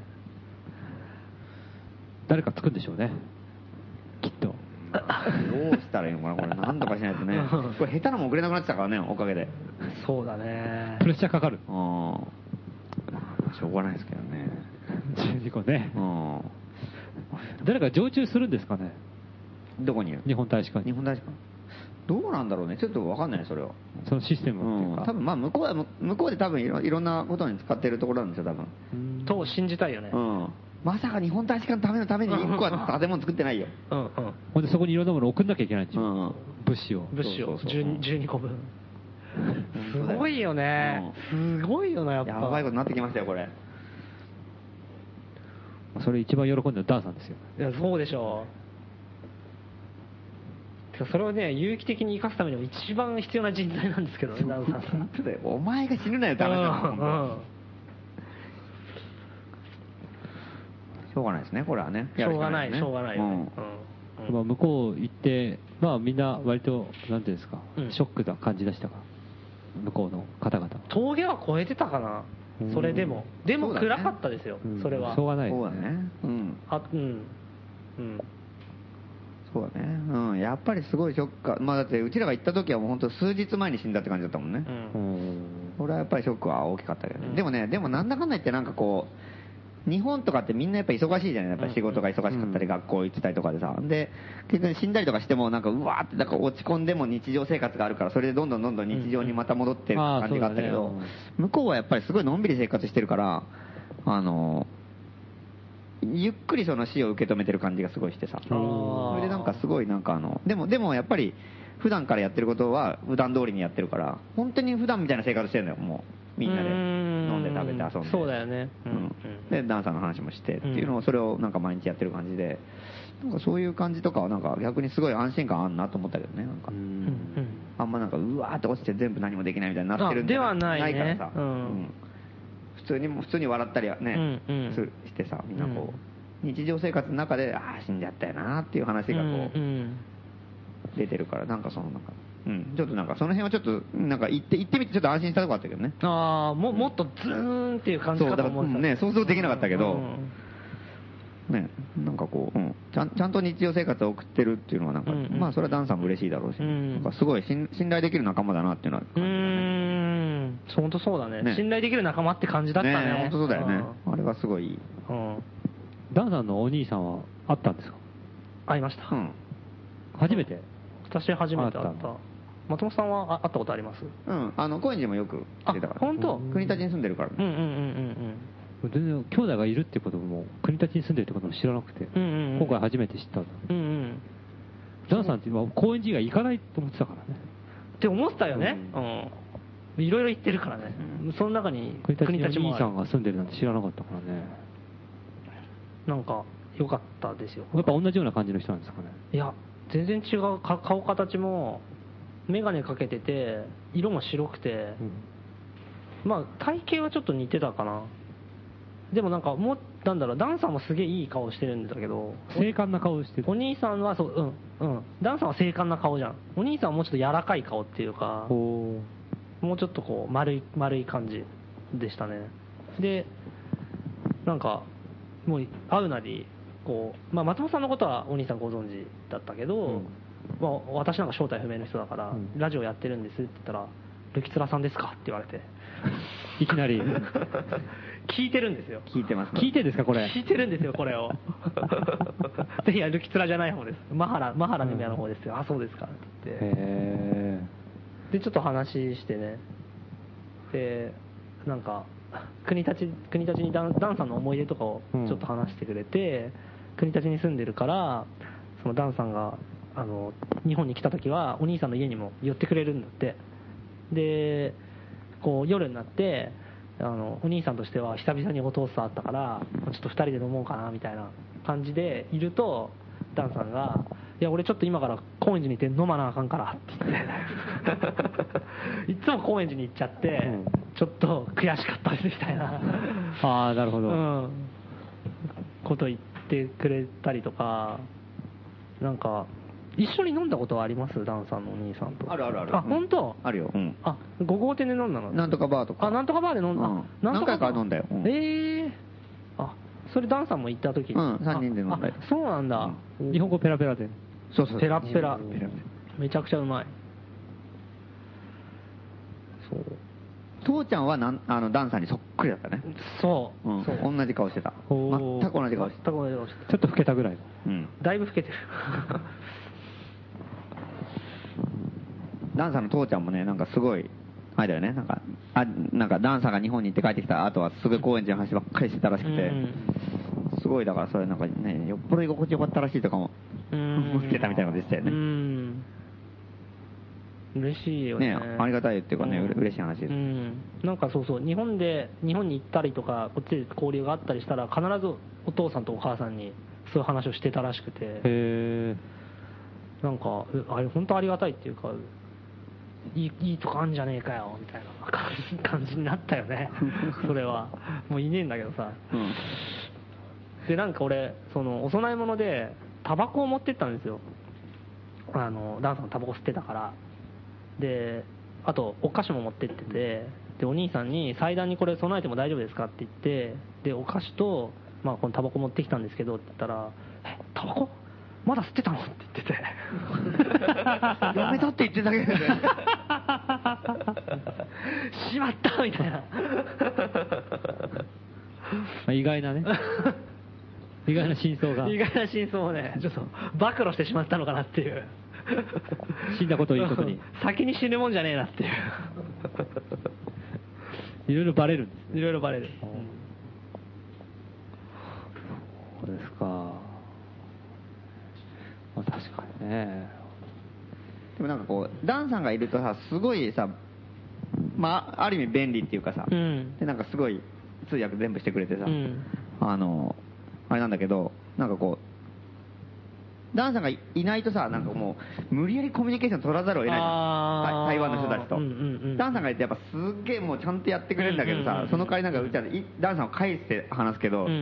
誰か作るんでしょうねきっと。どうしたらいいのかなこれ、なんとかしないとね。これ下手なもん送れなくなってたからね、おかげで。 そうだね、 プレッシャーかかる。 うん、しょうがないですけどね。 じゅうにこね。 うん。 誰か常駐するんですかね。 どこに？ 日本大使館。 日本大使館。どうなんだろうね。ちょっと分かんないねそれは。 そのシステムっていうか。 うん、多分まあ向こうは向こうで多分いろいろんなことに使っているところなんですよ多分。 と信じたいよね。 うん。まさか日本大使館のためのためにいっこは建物作ってないよ。 うんうん。 ほんでそこにいろんなものを送んなきゃいけないんですよ。うん、物資を。 物資をじゅうにこぶん。すごいよね。すごいよなやっぱ。 やばいことになってきましたよこれ。 それ一番喜んでるのはダーさんですよ。 いやそうでしょう。てかそれをね有機的に生かすためにも一番必要な人材なんですけどね、ダーさん。 本当だよ。お前が死ぬなよって話だよ。しょうがないですねこれはね。 しょうがないしょうがないよね。 まあ向こう行ってまあみんな割となんていうんですか、ショックな感じでしたか向こうの方々。 峠は越えてたかな。それでもでも暗かったですよそれは。 しょうがないですね。 そうだね。うんあうんうんそうだね。うんやっぱりすごいショックか。まあだってうちらが行った時はもう本当数日前に死んだって感じだったもんね。うんこれはやっぱりショックは大きかったけどね。でもねでもなんだかんだ言ってなんかこう日本とかってみんなやっぱ忙しいじゃない。やっぱ仕事が忙しかったり学校行ってたりとかでさ、で結局死んだりとかしてもなんかうわーってなんか落ち込んでも日常生活があるからそれでどんどんどんどん日常にまた戻ってる感じがあったけど、向こうはやっぱりすごいのんびり生活してるからあのゆっくりその死を受け止めてる感じがすごいしてさ、それでなんかすごいなんかあのでもでもやっぱり普段からやってることは普段通りにやってるから本当に普段みたいな生活してるのよもうみんなで飲んで食べて遊んで。 そうだよね、 うん、でダンサーの話もしてっていうのをそれをなんか毎日やってる感じで、なんかそういう感じとかはなんか逆にすごい安心感あるなと思ったけどね。なんかあんまなんかうわーって落ちて全部何もできないみたいになってるんじゃないからさ、普通に普通に笑ったりはねしてさ、みんなこう日常生活の中でああ死んじゃったよなっていう話がこう出てるから、なんかそのなんかうん、ちょっとなんかその辺はちょっとなんか行って行ってみてちょっと安心したとこあったけどね。 ああ も, もっとズーンっていう感じかと思ってた。 そうだからね想像できなかったけど、うん、ねなんかこう、うん、ちゃんちゃんと日常生活を送ってるっていうのはなんか、うんうん、まあそれはダンさんも嬉しいだろうし、うん、なんかすごい信頼できる仲間だなっていうのは感じだね。うーん本当そうだ ね, ね信頼できる仲間って感じだったね。 ね本当そうだよね。あれはすごいいい。 うん、ダンさんのお兄さんは会ったんですか？ 会いました、うん、 初めて？ 私初めて会った。松本さんは会ったことあります？ うん、あの高円寺もよく来てたから。 本当？ 国立に住んでるからね。 うんうんうんうんうん。全然兄弟がいるってことも国立に住んでるってことも知らなくて、うんうんうん、今回初めて知ったんだ。うんうん。ダンさんって今高円寺以外行かないと思ってたからね。 って思ってたよね。うん。いろいろ行ってるからね。うん、その中に国立にお兄さんが住んでるなんて知らなかったからね。 なんか良かったですよ。 やっぱ同じような感じの人なんですかね。 いや全然違う。顔形も眼鏡かけてて色も白くて、うん、まあ体型はちょっと似てたかな。でもなんかもうなんだろう、ダンさんもすげえいい顔してるんだけど、 精悍な顔してる。 お兄さんはそううんうんダンさんは精悍な顔じゃん。お兄さんはもうちょっと柔らかい顔っていうか、もうちょっとこう丸い丸い感じでしたね。でなんかもう会うなりこう、まあ、松本さんのことはお兄さんご存知だったけど、うん、まあ、私なんか正体不明の人だから、うん、ラジオやってるんですって言ったらルキツラさんですかって言われていきなり聞いてるんですよ。 聞いてます。 聞いてるんですかこれ。 聞いてるんですよこれをいやルキツラじゃない方です。マハラマハラネミヤの方ですよ、うん、あそうですかって言って、へでちょっと話してね、でなんか国立国立にダン、ダンさんの思い出とかをちょっと話してくれて、うん、国立に住んでるからそのダンさんがあの日本に来た時はお兄さんの家にも寄ってくれるんだって。でこう夜になってあのお兄さんとしては久々にお父さん会ったからちょっとふたりで飲もうかなみたいな感じでいると、ダンさんがいや俺ちょっと今から高円寺に行って飲まなあかんからって言っていつも高円寺に行っちゃって、うん、ちょっと悔しかったですみたいなああなるほど、うん、 こと言ってくれたりとか、なんか一緒に飲んだことはあります？ダンさんのお兄さんと。 あるあるある。 あ、本当？ あるよ。うん。 あ、ご号店で飲んだの？ なんとかバーとか。 あ、なんとかバーで飲んだ。うん、 何回か飲んだよ。 うん、ええー。あ、それダンさんも行った時に。 うん、さんにんで飲んだよ。 そうなんだ、 うん。日本語ペラペラで。 そうそう。 ペラペラ。めちゃくちゃうまい。そう。 父ちゃんはなんあのダンさんにそっくりだったね。 そう。 うん、そう同じ顔してた。全く同じ顔してた。 全く同じ顔してた。 ちょっと老けたぐらい。 うん。だいぶ老けてる。 ダンさんの父ちゃんもね、なんかすごい、あれだよね、なんか、あなんかダンさんが日本に行って帰ってきた後はすごい高円寺の話ばっかりしてたらしくて、うん、すごいだからそれなんかね、よっぽど居心地よかったらしいとかも、思ってたみたいなことでしたよね。うん。 嬉しいよね。 ね、ありがたいっていうかね、うん、嬉しい話です。 うん。なんかそうそう、日本で、日本に行ったりとか、こっちで交流があったりしたら、必ずお父さんとお母さんにそういう話をしてたらしくて、へー。なんか、あれ本当ありがたいっていうか、いい, いいとこあんじゃねえかよみたいな感じになったよねそれはもういねえんだけどさ、うん、でなんか俺そのお供え物でタバコを持ってったんですよ。あのダンさんタバコ吸ってたから。であとお菓子も持ってってて、でお兄さんに祭壇にこれ備えても大丈夫ですかって言って、でお菓子と、まあ、このタバコ持ってきたんですけどって言ったら、えタバコまだ吸ってたのって言っててやめたって言ってたけどねしまったみたいな意外なね意外な真相が意外な真相をねちょっと暴露してしまったのかなっていう死んだことを言うことに先に死ぬもんじゃねえなっていういろいろバレるんです、 ね、いろいろバレる、 そうですか。まあ、確かにね。 でもなんかこうダンさんがいるとさ、すごいさ、まあある意味便利っていうかさ、うん、でなんかすごい通訳全部してくれてさ、うん、あのあれなんだけど、なんかこうダンさんがいないとさ、なんかもう無理やりコミュニケーション取らざるを得ないじゃん、台湾の人たちと、うんうんうん、ダンさんがいてやっぱすっげえもうちゃんとやってくれるんだけどさ、うんうんうん、その代わりなんかうちはダンさんを返して話すけど、うんうんうん、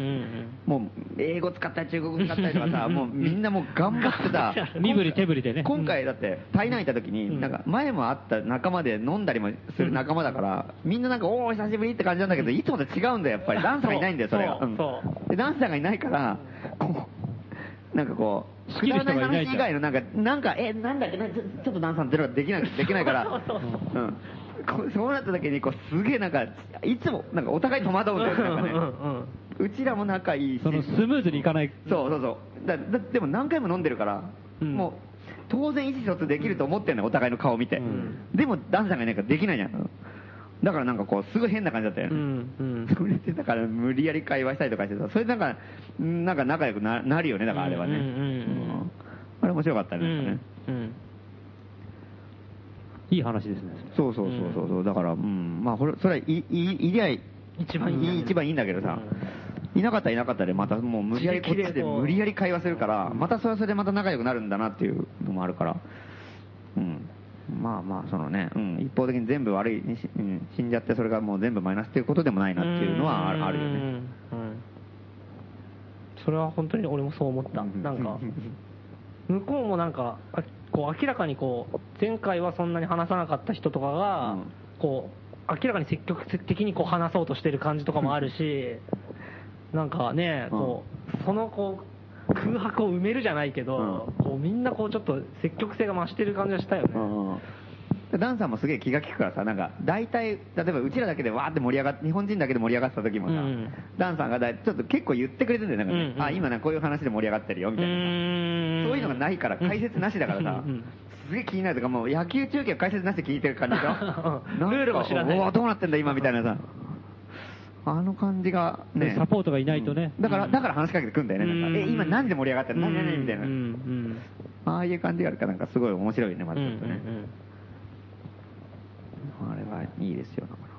もう英語使ったり中国語使ったりとかさもうみんなもう頑張ってさ身振り手振りでね、 今回だって台南行った時になんか前も会った仲間で飲んだりもする仲間だから、みんななんかおー久しぶりって感じなんだけど、いつもと違うんだよやっぱり。ダンさんがいないんだよそれが。そうそうでダンさんがいないからこうなんかこうくだらない話以外のなんか、なんか、え、なんだっけ、ちょっとダンさんゼロできない、できないから、うん。そうなった時に、こう、すげえなんか、いつも、なんかお互い戸惑うんだよ、なんかね。うちらも仲いいし。 そのスムーズにいかない。 そうそうそう。だだでも何回も飲んでるから、うん、もう、当然意思疎通できると思ってんのよ、お互いの顔見て。うん、でも、ダンさんがいないからできないじゃん。だからなんかこう、すごい変な感じだったよね。うんうん、それでだから無理やり会話したりとかしてさ、それでなんか、なんか仲良く な, なるよね、だからあれはね。うんうんうん、あれ面白かったね、なんかね。うんうん、 いい話ですね。 そうそうそうそう、だから、うん、まあ、それはいい、いいりゃ一番いい、一番いいんだけどさ、 いなかったらいなかったで、またもう無理やりこっちで無理やり会話するから、またそれはそれでまた仲良くなるんだなっていうのもあるから、うん。まあまあ、そのね、うん、一方的に全部悪い、うん、死んじゃってそれがもう全部マイナスっていうことでもないなっていうのはあるよね。うん。 それは本当に俺もそう思った。なんか、向こうもなんか、こう明らかにこう、前回はそんなに話さなかった人とかが、うん、こう、明らかに積極的にこう話そうとしてる感じとかもあるし、なんかね、こう、うん、そのこう、空白を埋めるじゃないけど、うん、こうみんなこうちょっと積極性が増してる感じがしたよね。 うん、ダンさんもすげえ気が利くからさ、なんか大体、例えばうちらだけでわーって盛り上がって、日本人だけで盛り上がってた時もさ、うん、ダンさんがだいちょっと結構言ってくれてるんだよね、なんかね、うんうん、あ、今ね、こういう話で盛り上がってるよみたいな、そういうのがないから解説なしだからさ、すげえ気になるとか、もう野球中継を解説なしで聞いてる感じでしょルールも知らない。 おー、どうなってんだ今みたいなさ。あの感じがね、 サポートがいないとね、 うん、だからだから話しかけてくんだよね、なんかえ今何で盛り上がってるの、何何みたいな、うんうん、ああいう感じがあるからなんかすごい面白いね、まずちょっとね、うんうんうん、あれはいいですよ、なかなか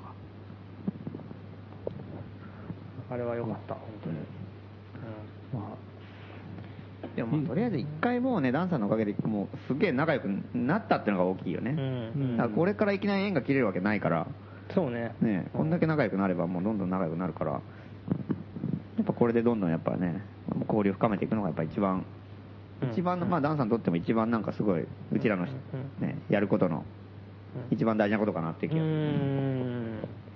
あれは良かった、本当に、うん、まあでもまあとりあえず一回もうね、ダンさんのおかげでもうすげえ仲良くなったっていうのが大きいよね、うんうん、だからこれからいきなり縁が切れるわけないから、 そうね。 ね、こんだけ仲良くなればもうどんどん仲良くなるから、やっぱこれでどんどんやっぱね、交流を深めていくのがやっぱ一番、うん、一番の、まあダンさんにとっても一番なんかすごい、うちらの、ね、やることの一番大事なことかなって気がする。うん、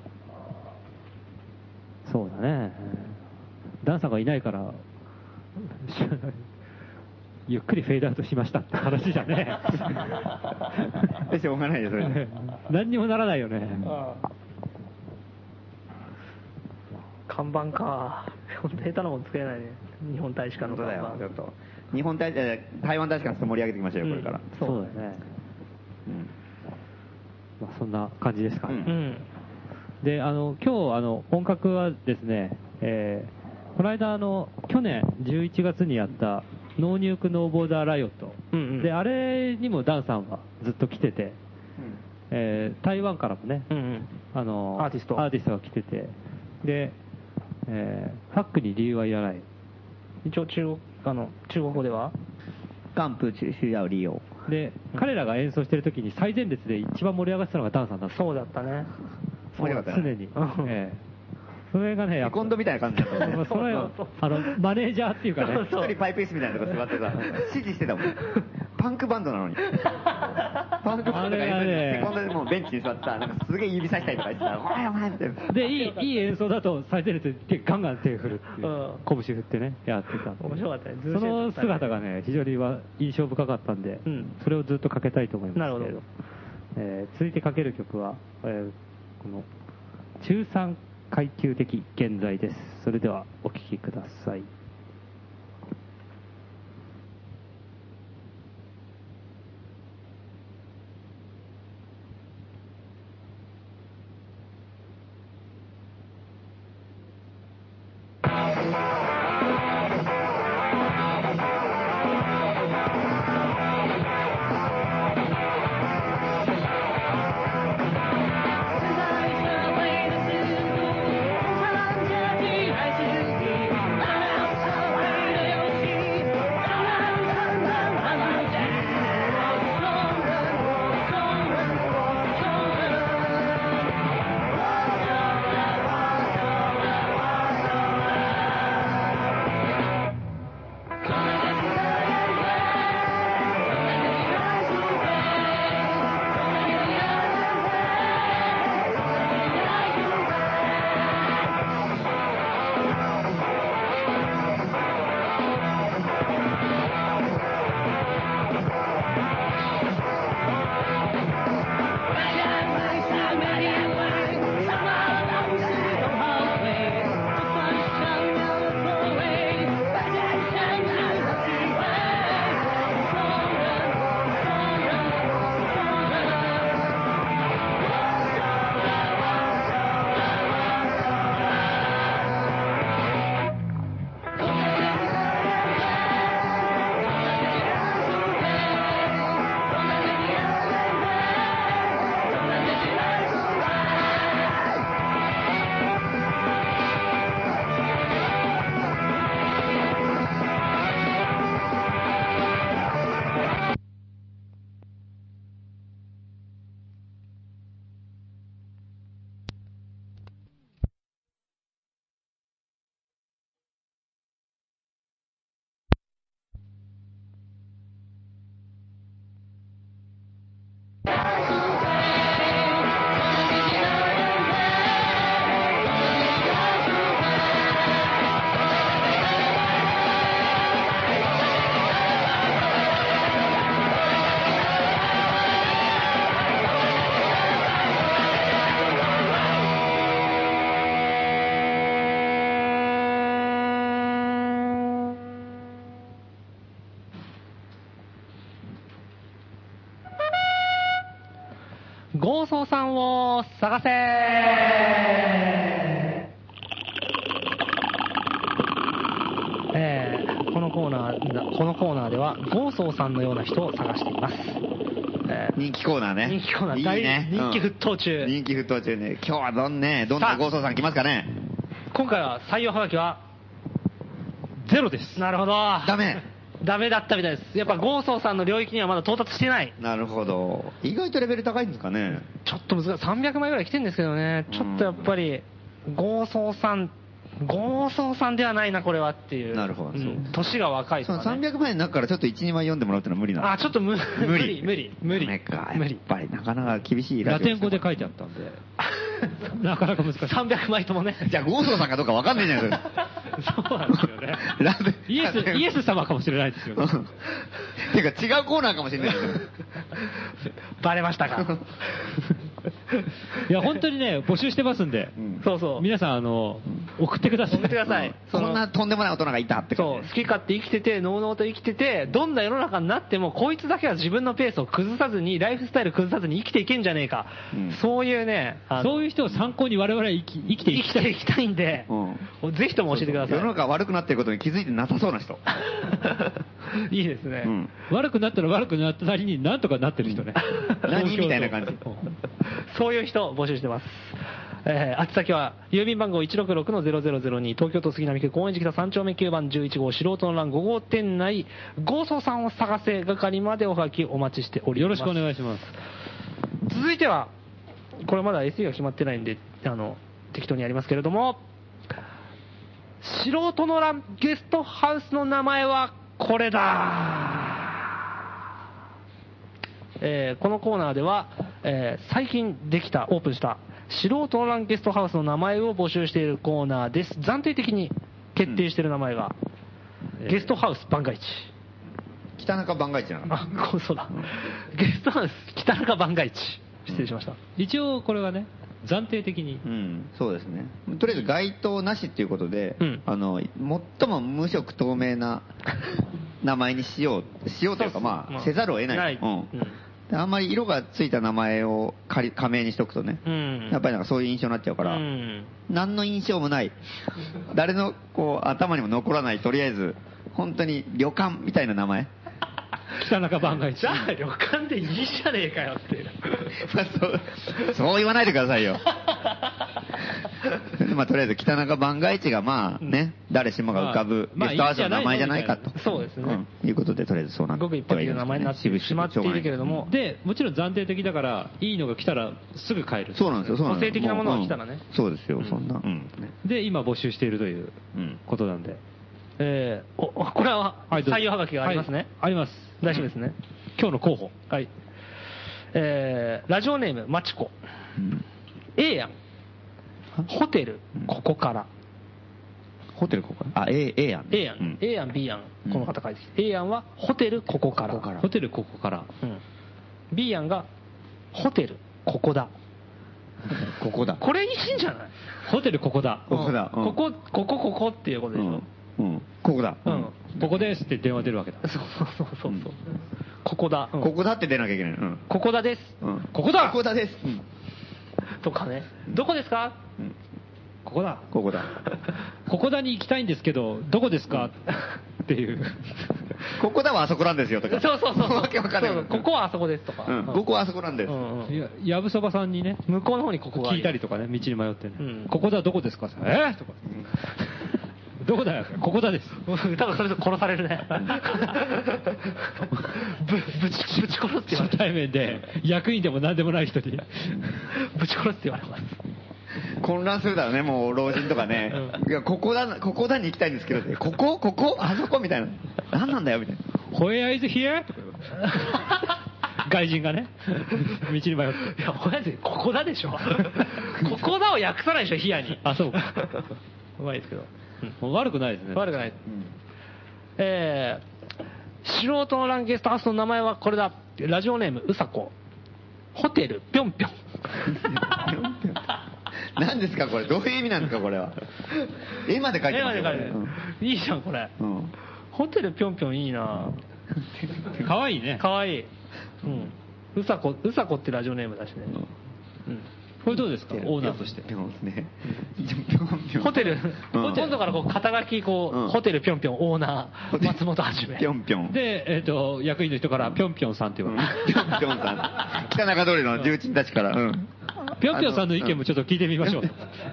そうだね。ダンさんがいないから、ゆっくりフェードアウトしましたって話じゃねえ。しょうがないよ、それで。 何にもならないよね。 ああ看板か。本当下手なもん作れないね。日本大使館の看板。 そうだよ、ちょっと。日本大、えー、台湾大使館ちょっと盛り上げていきましょうよ、これから。 うん、そうだね。うん。まあ、そんな感じですかね。うん、で、あの、今日、あの、本格はですね、えー、この間、あの、去年じゅういちがつにやった、ノーニュークノーボーダーライオット、うんうん、であれにもダンさんはずっと来てて、うん、えー、台湾からもね、うんうん、あのアーティストアーティストが来てて、で、えー、ファックに理由は言わない。 一応中国あの中国語ではカンプ中止要利用で、うん、彼らが演奏してる時に最前列で一番盛り上がってたのがダンさんだった。 そうだったね。 盛り上がったね。 常に。えーそれがね、 セコンドみたいな感じだったね。 それあのマネージャーっていうかね、 一人パイプ椅子みたいなとこ座ってさ、指示してたもん。パンクバンドなのに。パンクバンドがセコンドでもうベンチに座ってさ、なんかすげえ指さしたりとかしてさ、お前お前って。 で、いいいい演奏だと最前列でガンガン手振るっていう、うん、拳振ってねやってた。 面白かったね。 その姿がね非常に印象深かったんで、うん、それをずっとかけたいと思いますけれど。なるほど。えー、続いてかける曲は、えー、この中さん階級的現在です。それではお聴きください。 ゴーソーさんを探せ。えー、このコーナー、このコーナーではゴーソーさんのような人を探しています。 えー、人気コーナーね。 人気コーナー。いいね。人気沸騰中、 うん。人気沸騰中ね。今日はどんね、どんなゴーソーさん来ますかね。 今回は採用はがきはゼロです。なるほど。 ダメ。 ダメだったみたいです。やっぱゴーソーさんの領域にはまだ到達してない。 なるほど。意外とレベル高いんですかね。 ちょっと難しい。さんびゃくまいぐらい来てるんですけどね。ちょっとやっぱり、ゴーソーさん、ゴーソーさんではないな、これはっていう。 なるほど。うん、 年が若いとか、ね。 そのさんびゃくまいの中からちょっといち、にまい読んでもらうってのは無理なの。 あ、ちょっと無無理、無理、無理。 無理。無理。やっぱりなかなか厳しいラテン語で書いてあったんで。なかなか難しい。 さんびゃくまいともね。 じゃあゴーソーさんかどうかわかんないじゃないですか。 そうなんですよね。 イエス、イエス様かもしれないですよね。 ていうか違うコーナーかもしれないですよ。 バレましたか。 いや、本当にね、募集してますんで。 うん、そうそう。 皆さん、あの、送ってください。 送ってください。 そんなとんでもない大人がいたってそう。好き勝手生きてて、のうのうと生きてて、どんな世の中になっても、こいつだけは自分のペースを崩さずに、ライフスタイル崩さずに生きていけんじゃねえか。うん、そういうね、 そういう人を参考に我々は生き生きていきたい。 生きていきたいんで、うん、ぜひとも教えてください。 そうそう、世の中悪くなっていることに気づいてなさそうな人。 いいですね、うん。 悪くなったら悪くなったなりになんとかなってる人ね。 何みたいな感じ。 そういう人募集してます。えー、あち先は郵便番号 いちろくろくのゼロゼロゼロに 東京都杉並区高円寺北さん丁目きゅうばんじゅういち号素人の欄ご号店内ゴーソーさんを探せ係までおはがきお待ちしております。 よろしくお願いします。 続いてはこれまだ エスイー が決まってないんであの適当にやりますけれども、素人の欄ゲストハウスの名前はこれだ。えー、このコーナーでは、えー、最近できたオープンした素人の欄ゲストハウスの名前を募集しているコーナーです。暫定的に決定している名前が、うん、ゲストハウス番外地、 北中番外地なの。 あ、そうだ、うん、ゲストハウス北中番外地、失礼しました、うん、 一応これはね暫定的に、 うん、そうですね。とりあえず該当なしっていうことで、うん、あの最も無色透明な名前にしようしようというか、まあ、まあ、せざるを得ない。ない、うん、あんまり色がついた名前を仮名にしとくとね、うん、やっぱりなんかそういう印象になっちゃうから、うん、何の印象もない、誰のこう頭にも残らない、とりあえず本当に旅館みたいな名前。 北中番外地。じゃあ旅館でいいじゃねえかよっていう。 まあ、そうそう言わないでくださいよ。まあとりあえず北中番外地がまあね、うん、誰しもが浮かぶゲストハウスの名前じゃないかと。 そうですね。 うん、いうことでとりあえずそうなってごく一般的な名前になってしまっているけれども、 でもちろん暫定的だからいいのが来たらすぐ買える。 そうなんですよ。そうなんですよ。 個性的なものが来たらね。 うん、そうですよ。そんな。うん、 で今募集しているということなんで。うん、 えー、おこれは採用はがきがありますね。はい、 あります。 大丈夫ですね。 今日の候補。 はい。えー、ラジオネームマチコ。うん、A やん。ホテル、ここから。 ホテルここから。あ、A、A やん。 A やん。うん、A やん、B やん。この方書いてきて。A やんはホテル、ここから。ここからホテル、ここから。 うん。B やんがホテル、ここだ。 ここだ。 これいいんじゃない？ ホテル、ここだ。 ここだ。 うん、ここ、ここ、ここっていうことでしょ。 うん。うん、ここだ。 うん。 ここですって電話出るわけだ。 そうそうそうそう。うん、ここだ、 うん。ここだって出なきゃいけない。うん、 ここだです。 うん、 ここだ。 ここだです。うん、 とかね。どこですか？ うん、ここだ。 ここだ。 ここだに行きたいんですけど、どこですか？っていう。 ここだはあそこなんですよとか。 そうそうそう。 わけわかんない。 ここはあそこですとか。 うん。ここはあそこなんです。 うんうん、いや、やぶそばさんにね、 向こうの方にここが聞いたりとかね、道に迷ってね。うん、ここだどこですか？えー、とか。どこだよ、ここだです。 多分それで殺されるね。ぶ、ぶち、ぶち殺すって言われる。初対面で、役員でも何でもない人に。 ぶち殺すって言われます。 混乱するだろうね、もう老人とかね。うん、いや、ここだ、ここだに行きたいんですけど、ここここあそこみたいな。何なんだよ、みたいな。 ホエアイズヒエとか外人がね、道に迷って。いや、ホエアイズ、ここだでしょ。ここだを訳さないでしょ、ヒアに。 あ、そうか。 うまいですけど。 うん、悪くないですね。 悪くない。うん、えー、素人のランゲストハウスの名前はこれだ。ラジオネームうさこ。ホテルぴょんぴょん。 何ですかこれ、どういう意味なんですかこれは。絵まで描いてますよ。絵まで描いてる、 うん、いいじゃんこれ、うん、ホテルぴょんぴょんいいな。 かわいいね。 かわいい、うん、 うさこ、うさこってラジオネームだしね。 うん。これどうですかオーナーとして。ホテル、今度からこう肩書き、こう、ホテルぴょんぴょんオーナー、松本はじめ。 ぴょんぴょん。 で、えっと、役員の人からぴょんぴょんさんって言われる。 ぴょんぴょんさん。北中通りの重鎮たちから。 ぴょんぴょんさんの意見もちょっと聞いてみましょう。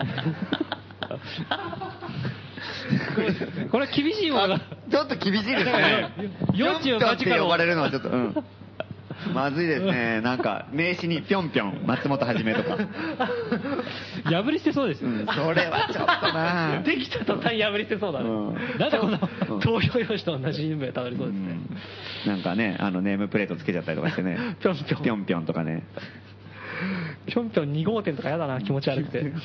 これ厳しいものが。 ちょっと厳しいですね。 よんじゅうはちから呼ばれるのはちょっと。まずいですね。なんか、名刺にぴょんぴょん、松本はじめとか。 破り捨てそうですよ。 それはちょっとなできた途端破り捨てそうだね。 なんでこんな、 投票用紙と同じ夢たどりそうですね。 なんかね、あの、ネームプレートつけちゃったりとかしてね。 ぴょんぴょん。 ぴょんぴょんとかね。 ぴょんぴょんに号店とかやだな、気持ち悪くて。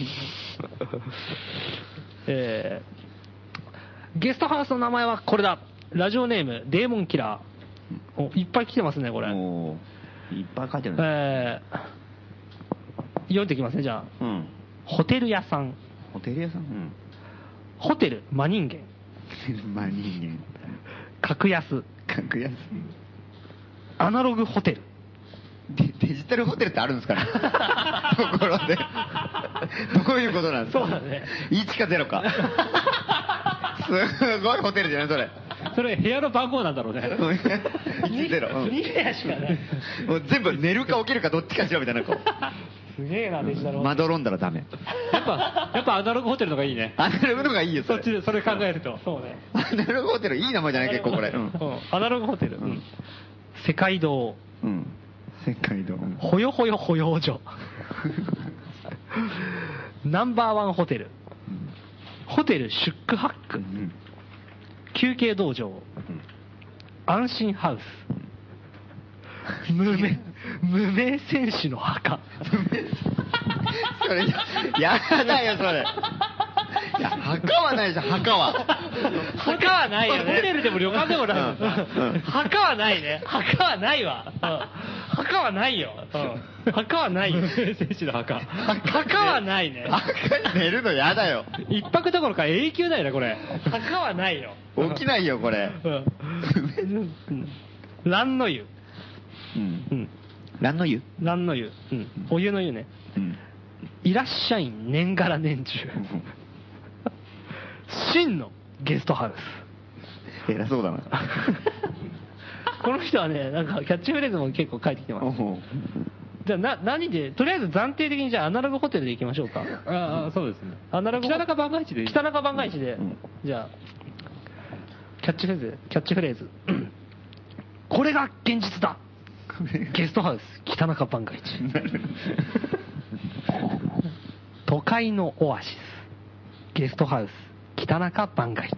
えー、ゲストハウスの名前はこれだ。ラジオネーム、デーモンキラー。お、いっぱい来てますね、これ。 おいっぱい書いてるね。 えー、読んできますね、じゃあ。うん。ホテル屋さん。 ホテル屋さんうん。 ホテル、真人間。 真人間。 格安。 格安。 アナログホテル。 デ, デジタルホテルってあるんですかねところで。どういうことなんですかそうだね。 いちかゼロか。すごいホテルじゃないそれ。 それ部屋の番号なんだろうね。 いちゼロ。 に部屋しかない。 もう全部寝るか起きるかどっちかしろみたいな。 すげえな、デジタルホテル。 まどろんだらダメ。 やっぱ、やっぱアナログホテルのがいいね。 アナログのがいいよ、 そっちで、それ考えると。 そうね。 アナログホテルいい名前じゃない結構これ。うん。 アナログホテル。うん。世界堂。 うん。世界堂。 ほよほよ保養所。ナンバーワンホテル。ホテルシュックハック。休憩道場。安心ハウス。無名、無名戦士の墓。 それ、やだよ、それ。いや、墓はないでしょ、墓は。 墓はないよね。 ホテルでも旅館でもない。 墓はないね。墓はないわ。墓はないよ。墓はないよ。 無名戦士の墓。 墓はないね。 墓に寝るのやだよ。 一泊どころか永久だよね、これ。 墓はないよ。 起きないよ、これ。 蘭の湯。 うん。蘭の湯蘭の湯。うん。お湯の湯ね。うん。いらっしゃい年がら年中。真のゲストハウス。偉そうだな。 この人はね、なんかキャッチフレーズも結構書いてきてます。じゃあな、何で、とりあえず暫定的にじゃあアナログホテルで行きましょうか。 ああ、そうですね。 アナログ北中番外地でいい。 北中番外地で、うん、じゃあ、キャッチフレーズ、キャッチフレーズ。これが現実だ。ゲストハウス、北中番外地。都会のオアシス、ゲストハウス、北中番外地。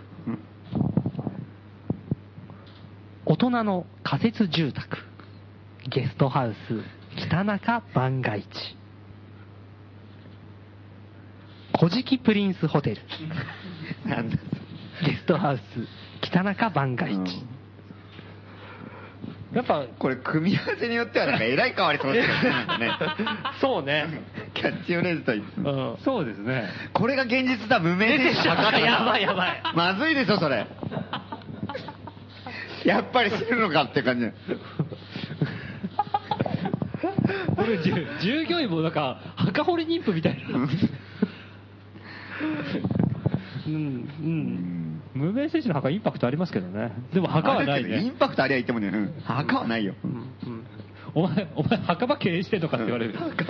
大人の仮設住宅、ゲストハウス、北中番外地。古事記プリンスホテル、ゲストハウス、北中番外地。やっぱこれ組み合わせによってはなんかえらい変わりそうですね。 そうね。 キャッチフレーズといって、 うん、そうですね。 これが現実だ、無名戦士の墓。 やばいやばい。 まずいでしょそれ。やっぱり死ぬのかって感じ。 これ従業員もなんか墓掘り妊婦みたいな。うんうん。無名戦士の墓インパクトありますけどね。でも墓はないね。 インパクトありゃいってもね、うん、墓はないよ。うんうん、 お前お前墓場経営してんのかって言われる。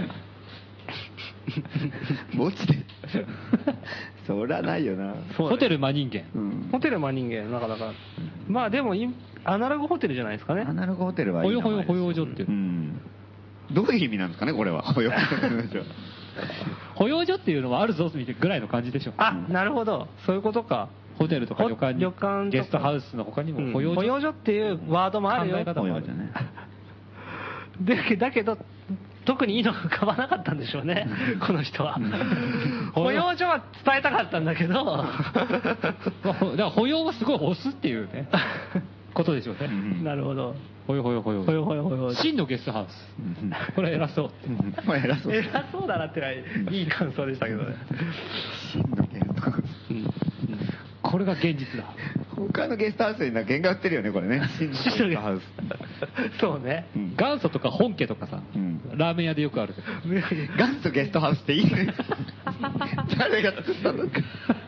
墓地で。そりゃないよな。 ホテル真人間、 うん、ホテル真人間なかなか。まあでもアナログホテルじゃないですかね。 アナログホテルはいい名前です。 保養保養所っていう、うん、 どういう意味なんですかねこれは。保養所。 保養所っていうのはあるぞぐらいの感じでしょ。 あ、なるほど、そういうことか。 ホテルとか旅館に、 旅館ゲストハウスの他にも保養所、 うん、保養所っていうワードもあるよ。 考え方もあるじゃね。 でだけど特にいいのが浮かばなかったんでしょうね、この人は。保養所は伝えたかったんだけど、だから保養はすごい押すっていうねことでしょうね。 なるほど。 ほよほよほよ。 ほよほよほよ。 真のゲストハウス。これ偉そう。 これ偉そう。 偉そうだなってのはいい感想でしたけどね。 真のゲストハウス。 これが現実だ。 他のゲストハウスに原画売ってるよねこれね。真のゲストハウス。 そうね。 元祖とか本家とかさ、ラーメン屋でよくある。 元祖ゲストハウスっていいね。誰が作ったのか。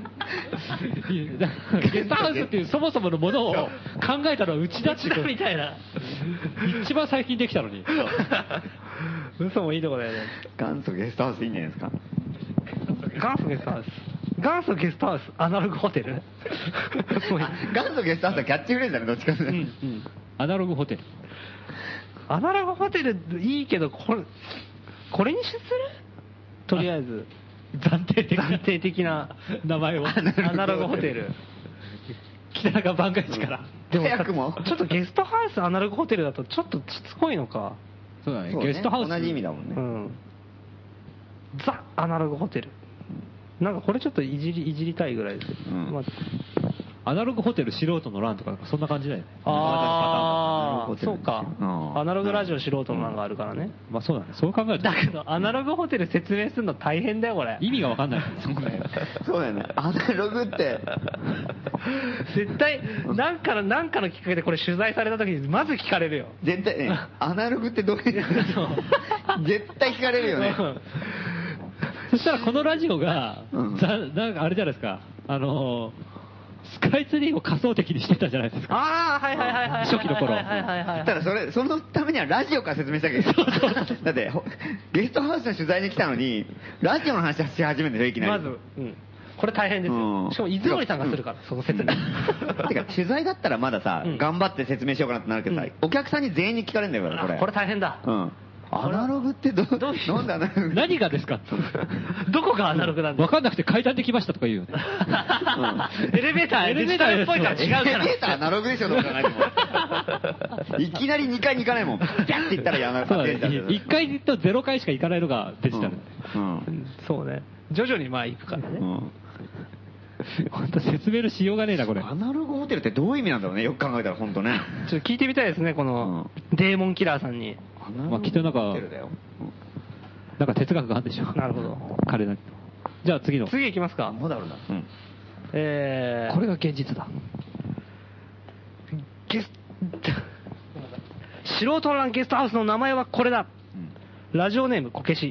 ゲストハウスっていうそもそものものを考えたのはうちだってみたいな。 一番最近できたのに。 嘘もいいとこだよね。 元祖ゲストハウスいいんじゃないですか。 元祖ゲストハウス。元祖ゲストハウス、アナログホテル。 元祖ゲストハウスはキャッチフレーズだね、どっちかというと。 アナログホテル。 アナログホテルいいけど、これ、これにするとりあえず。 暫定的な。 暫定的な名前を。 アナログホテル。 北中番外地から。 でも、早くも。ちょっとゲストハウス、アナログホテルだとちょっとしつこいのか。 そうだね。ゲストハウス。 同じ意味だもんね。 うん。ザ・アナログホテル。なんかこれちょっといじり、いじりたいぐらいです。うんまあ、 アナログホテル素人の欄とか、そんな感じだよね。 ああ、そうか。アナログラジオ素人の欄があるからね。 まあそうだね。そう考えると。 だけど、アナログホテル説明するの大変だよ、これ。 意味がわかんない。 そうだよね。アナログって。 絶対、なんかの、なんかのきっかけでこれ取材された時に、まず聞かれるよ。 絶対ね、アナログってどういう絶対聞かれるよね。 そしたらこのラジオが、なんかあれじゃないですか。あのスカイツリーを仮想的にしてたじゃないですか。 ああ、はいはいはいはい。 初期の頃。 はいはいはいはい。 ただそれ、そのためにはラジオから説明したけど。だって、ゲストハウスの取材に来たのに、ラジオの話し始めるんでしょ、いきなり。 まず、うん。これ大変ですよ。しかも、伊豆森さんがするから、その説明。 てか、取材だったらまださ、頑張って説明しようかなってなるけどさ、お客さんに全員に聞かれるんだよ、これ。 これ大変だ。 うん。アナログってどどういうなんでアナログ何がですかどこがアナログなんだ分かんなくて階段で来ましたとか言うよね。 エレベーター、エレベーターっぽいから違うから。 エレベーターアナログでしょ、どう考えても。いきなりにかいに行かないもん。ピャッて行ったらアナログ。 いっかいとゼロかいしか行かないのがデジタル。 そうね。徐々にまあ行くからね。 本当説明のしようがねえな、これ。 アナログホテルってどういう意味なんだろうね、よく考えたら本当ね。 ちょっと聞いてみたいですね、このデーモンキラーさんに。 まあきっとなんか、なんか哲学があるんでしょ。 なるほど。 彼なり。じゃあ次の。 次行きますか。 まだあるな。 えー、 これが現実だ。 ゲス素人の欄ゲストハウスの名前はこれだ。ラジオネームこけし。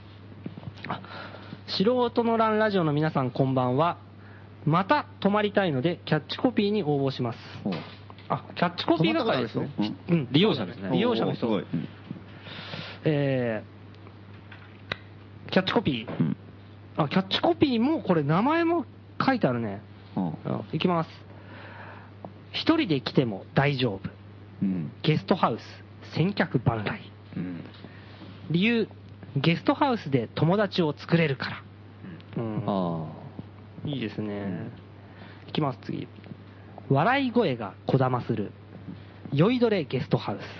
素人の欄ラジオの皆さんこんばんは。また泊まりたいのでキャッチコピーに応募します。あ、キャッチコピー係ですね。 うん、利用者ですね。 利用者の人。うん、えー、キャッチコピー、うん。あ、キャッチコピーもこれ名前も書いてあるね。うん、いきます。一人で来ても大丈夫。うん、ゲストハウス、先客万来。うん、理由、ゲストハウスで友達を作れるから。うん、あいいですね。いきます、次。笑い声がこだまする酔いどれゲストハウス。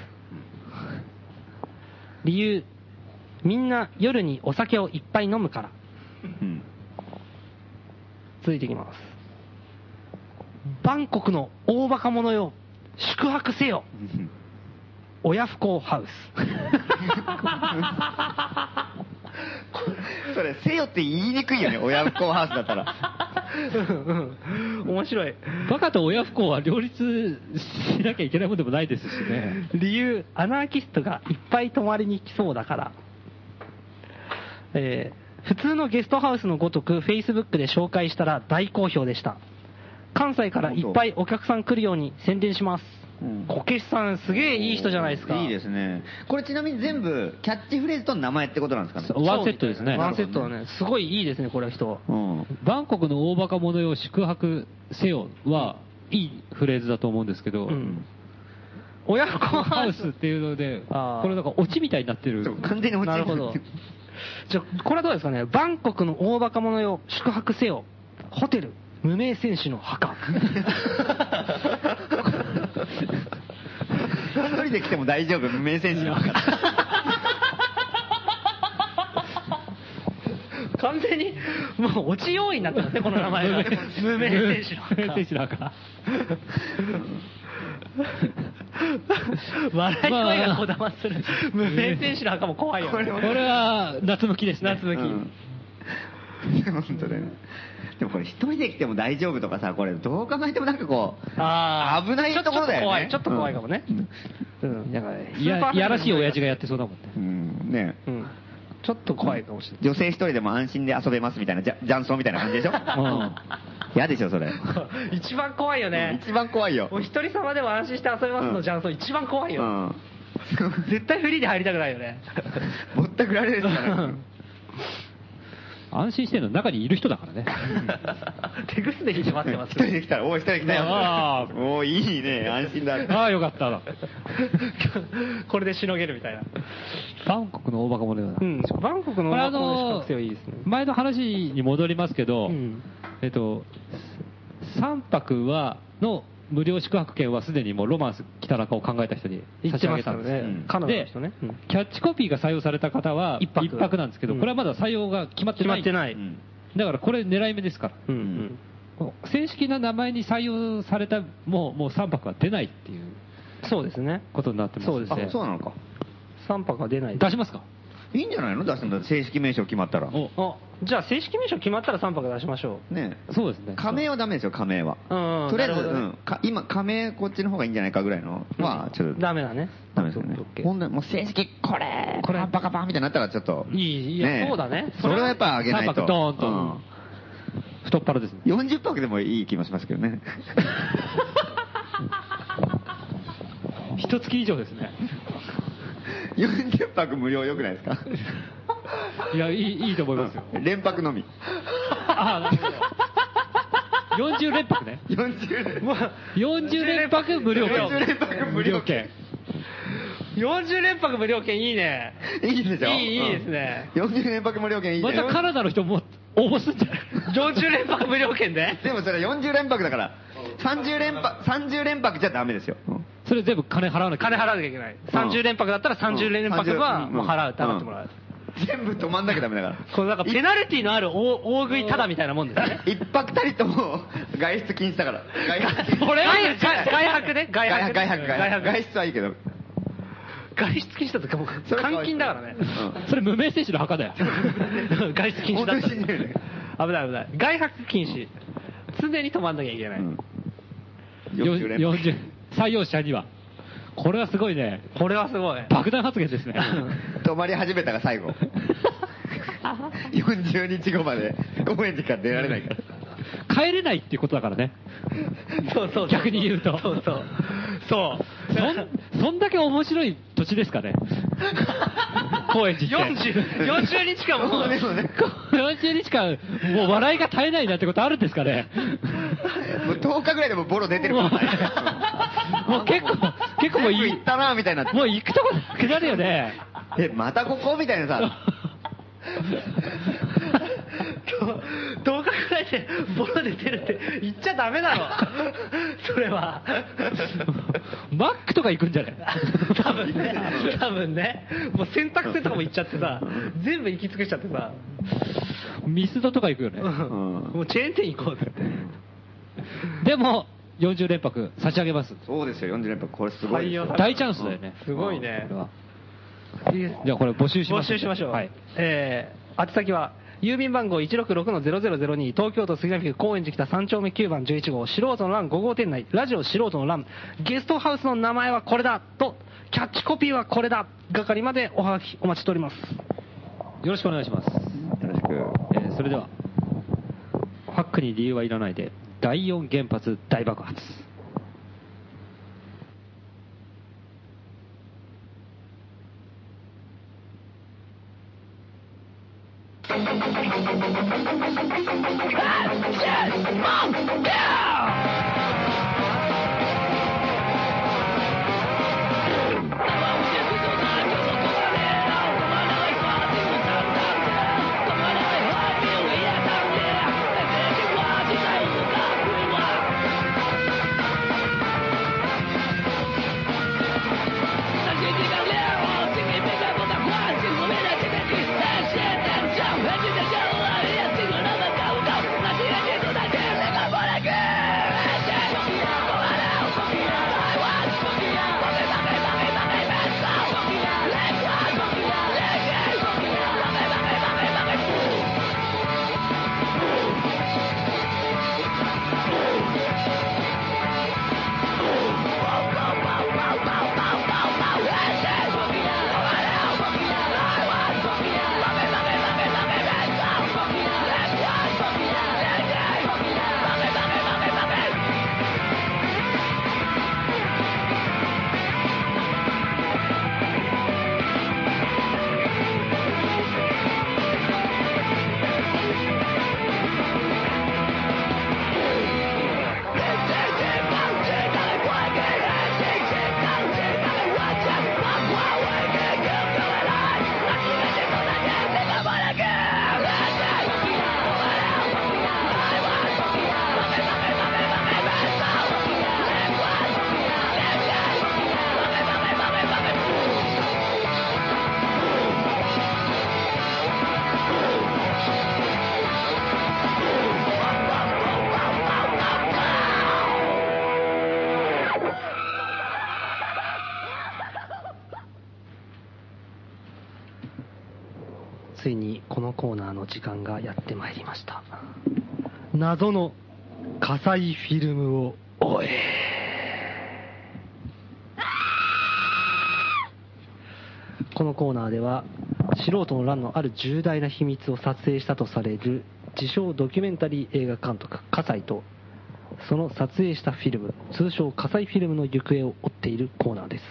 理由、みんな夜にお酒をいっぱい飲むから。うん、続いていきます。バンコクの大バカ者よ、宿泊せよ、親不孝ハウス。 それ、せよって言いにくいよね、親不孝ハウスだったら。 面白い。 バカと親不孝は両立しなきゃいけないものでもないですしね。 理由、アナーキストがいっぱい泊まりに来そうだから。えー、普通のゲストハウスのごとく Facebook で紹介したら大好評でした。関西からいっぱいお客さん来るように宣伝します。こけしさんすげえいい人じゃないですか。 いいですね。これちなみに全部キャッチフレーズと名前ってことなんですかね。 ワンセットですね。 ワンセットはね、すごいいいですね、これ人。 うん、バンコクの大バカ者よ宿泊せよはいいフレーズだと思うんですけど、うん、 親不孝ハウスっていうので、これなんかオチみたいになってる。 完全にオチ。 なるほど。じゃこれはどうですかね。バンコクの大バカ者よ宿泊せよホテル無名戦士の墓。 一人で来ても大丈夫、無名戦士の墓。 完全にもう落ち要因になってますね、この名前が。無名戦士の墓。無名戦士の墓。笑い声がこだまする、無名戦士の墓も怖いよ、ね。 これは夏向きですね。 夏向き。うん、 本当だよね。でもこれ一人で来ても大丈夫とかさ、これどう考えてもなんかこう、あ危ないところだよね。 ちょっと怖いかもね。 うん。なんか、いや、いやらしい親父がやってそうだもんね。 うん、ね。 うん。ちょっと怖いかもしれない。 女性一人でも安心で遊べますみたいな、雀荘みたいな感じでしょ。うん。嫌でしょ、それ。 一番怖いよね。 一番怖いよ。 お一人様でも安心して遊べますの雀荘、一番怖いよ。うん。絶対フリーで入りたくないよね。 ぼったくられるから。 安心してるの中にいる人だからね。 手ぐすで引いて待ってます。 一人で来たら、おい、一人で来たよ。ああ、もういいね、安心だ。 ああ、よかった。 これでしのげるみたいな。 バンコクの大バカ者だな。 うん、バンコクの大バカ者の宿泊性はいいですね。 前の話に戻りますけど、うん、えっと、さんぱくは、の、無料宿泊券はすでにもうロマンス北中を考えた人に差し上げたんですね。 カナダの人ね。 キャッチコピーが採用された方は一泊なんですけど、これはまだ採用が決まってない。 決まってない。 だからこれ狙い目ですから。正式な名前に採用されたもうもうさんぱくは出ないっていうそうですね。 ことになってます。 そうですね。そうなのか。 さんぱくは出ない。 出しますか？ いいんじゃないの？出すんだ。正式名称決まったら。 おじゃあ正式名称決まったらさんぱく出しましょう。ね。 そうですね。 加盟はダメですよ、加盟は。うん。とりあえず、うん。今、加盟こっちの方がいいんじゃないかぐらいのは、ちょっと。 ダメだね。 ダメですよね。ほんで、もう正式、これ、これ、バカバカみたいになったらちょっと。 いい、いや、そうだね。 それはやっぱ上げないと。さんぱくドーンと。 太っ腹ですね。 よんじゅっぱくでもいい気もしますけどね。 一月以上ですね。 よんじゅっぱく無料良くないですか？ いや、いい、いいと思いますよ。 連泊のみ。 ああ、なるほど。よんじゅう連泊ね。 よんじゅう連泊。 よんじゅう連泊無料券。 よんじゅう連泊無料券。 よんじゅう連泊無料券いいね。 いいでしょ？ いい、いいですね。 よんじゅう連泊無料券いいね。 またカナダの人も応募するんじゃない？ よんじゅう連泊無料券で？ でもそれよんじゅう連泊だから、さんじゅう連泊、さんじゅう連泊じゃダメですよ。 それ全部金払わなきゃいけない。 金払わなきゃいけない。さんじゅう連泊だったらさんじゅう連泊はもう払う、払ってもらう。 全部止まんなきゃダメだから。 これなんかペナルティのある大大食いタダみたいなもんですね。 一泊たりとも外出禁止だから。 外泊。これは外泊ね。外泊。 外泊。外泊。外出はいいけど。 外出禁止だとかもう監禁だからね。 それ無名選手の墓だよ。 外出禁止だった。危ない危ない。外泊禁止。常に止まんなきゃいけない。 よんじゅう採用者には。これはすごいね。 これはすごい。 爆弾発言ですね。 止まり始めたが最後。よんじゅうにちごまで高円寺から出られないから。 帰れないっていうことだからね。 そうそう。 逆に言うと。 そうそう。そう。 そん、そんだけ面白い土地ですかね。高円寺って。 よんじゅう、よんじゅうにちかも。 よんじゅうにちかん、もう笑いが絶えないなんてことあるんですかね。 もうとおかぐらいでもボロ出てるもんね。 もう結構、結構もう行ったなみたいな。 もう行くとこなくなるよね。 え、またここみたいなさ。 とおかぐらいでボロ出てるって言っちゃダメだろ。それは。 マックとか行くんじゃない？ 多分ね。多分ね。もう選択肢とかも行っちゃってさ、全部行き尽くしちゃってさ。 ミスドとか行くよね。 もうチェーン店行こうって。 でも、よんじゅう連泊差し上げます。 そうですよ、よんじゅう連泊。これすごい。 大チャンスだよね。 すごいね。 じゃあこれ募集しましょう。募集しましょう。はい。えー、宛先は、郵便番号 いちろくろくのゼロゼロゼロに 東京都杉並区高円寺北さん丁目きゅうばんじゅういち号素人の欄ご号店内ラジオ素人の欄ゲストハウスの名前はこれだとキャッチコピーはこれだ係までおはがきお待ちしております。 よろしくお願いします。よろしく、 えー、それではファックに理由はいらないでだいよん原発大爆発。 ついにこのコーナーの時間がやってまいりました。謎の火災フィルムを追え。このコーナーでは素人の乱のある重大な秘密を撮影したとされる自称ドキュメンタリー映画監督葛西とその撮影したフィルム、通称葛西フィルムの行方を追っているコーナーです。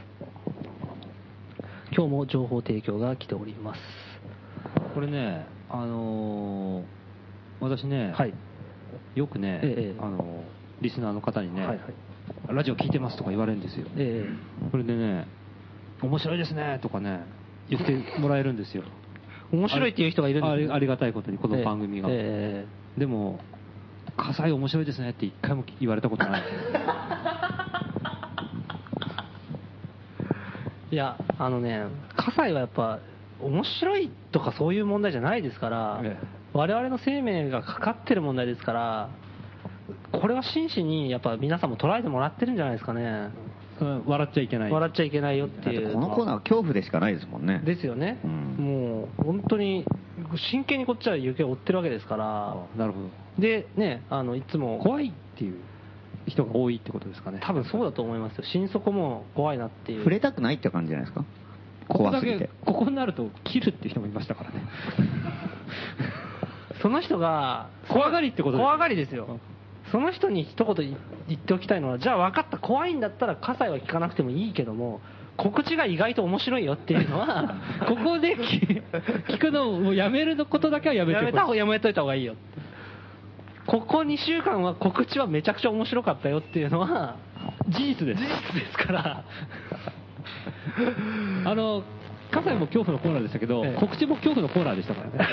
今日も情報提供が来ております。 これね、あのー、私ね、はい、よくね、ええ、あのー、リスナーの方にね、はいはい、ラジオ聞いてますとか言われるんですよ。ええ、それでね、面白いですねとかね、言ってもらえるんですよ。 面白いっていう人がいるんですよ。 ありがたいことに、この番組が。ええ、でも、葛西面白いですねって一回も言われたことない。 いや、あのね、葛西はやっぱ面白いとかそういう問題じゃないですから、ええ、我々の生命がかかってる問題ですから、これは真摯にやっぱ皆さんも捉えてもらってるんじゃないですかね。 笑っちゃいけない。 笑っちゃいけないよっていう。 このコーナーは恐怖でしかないですもんね。 ですよね。うん、もう本当に真剣にこっちは行方を追ってるわけですから。 なるほど。 でね、あのいつも怖いっていう人が多いってことですかね。 多分そうだと思いますよ。心底も怖いなっていう。 触れたくないって感じじゃないですか。怖すぎて。 ここになると切るっていう人もいましたからね。 その人が怖がりってことです。 怖がりですよ。その人に一言言っておきたいのは、じゃあ分かった、怖いんだったら葛西は聞かなくてもいいけども、告知が意外と面白いよっていうのはここで聞くのをやめることだけはやめてやめた方やめといた方がいいよ。ここにしゅうかんは告知はめちゃくちゃ面白かったよっていうのは事実です。 事実ですからあの葛西も恐怖のコーナーでしたけど、ええ、告知も恐怖のコーナーでしたからね。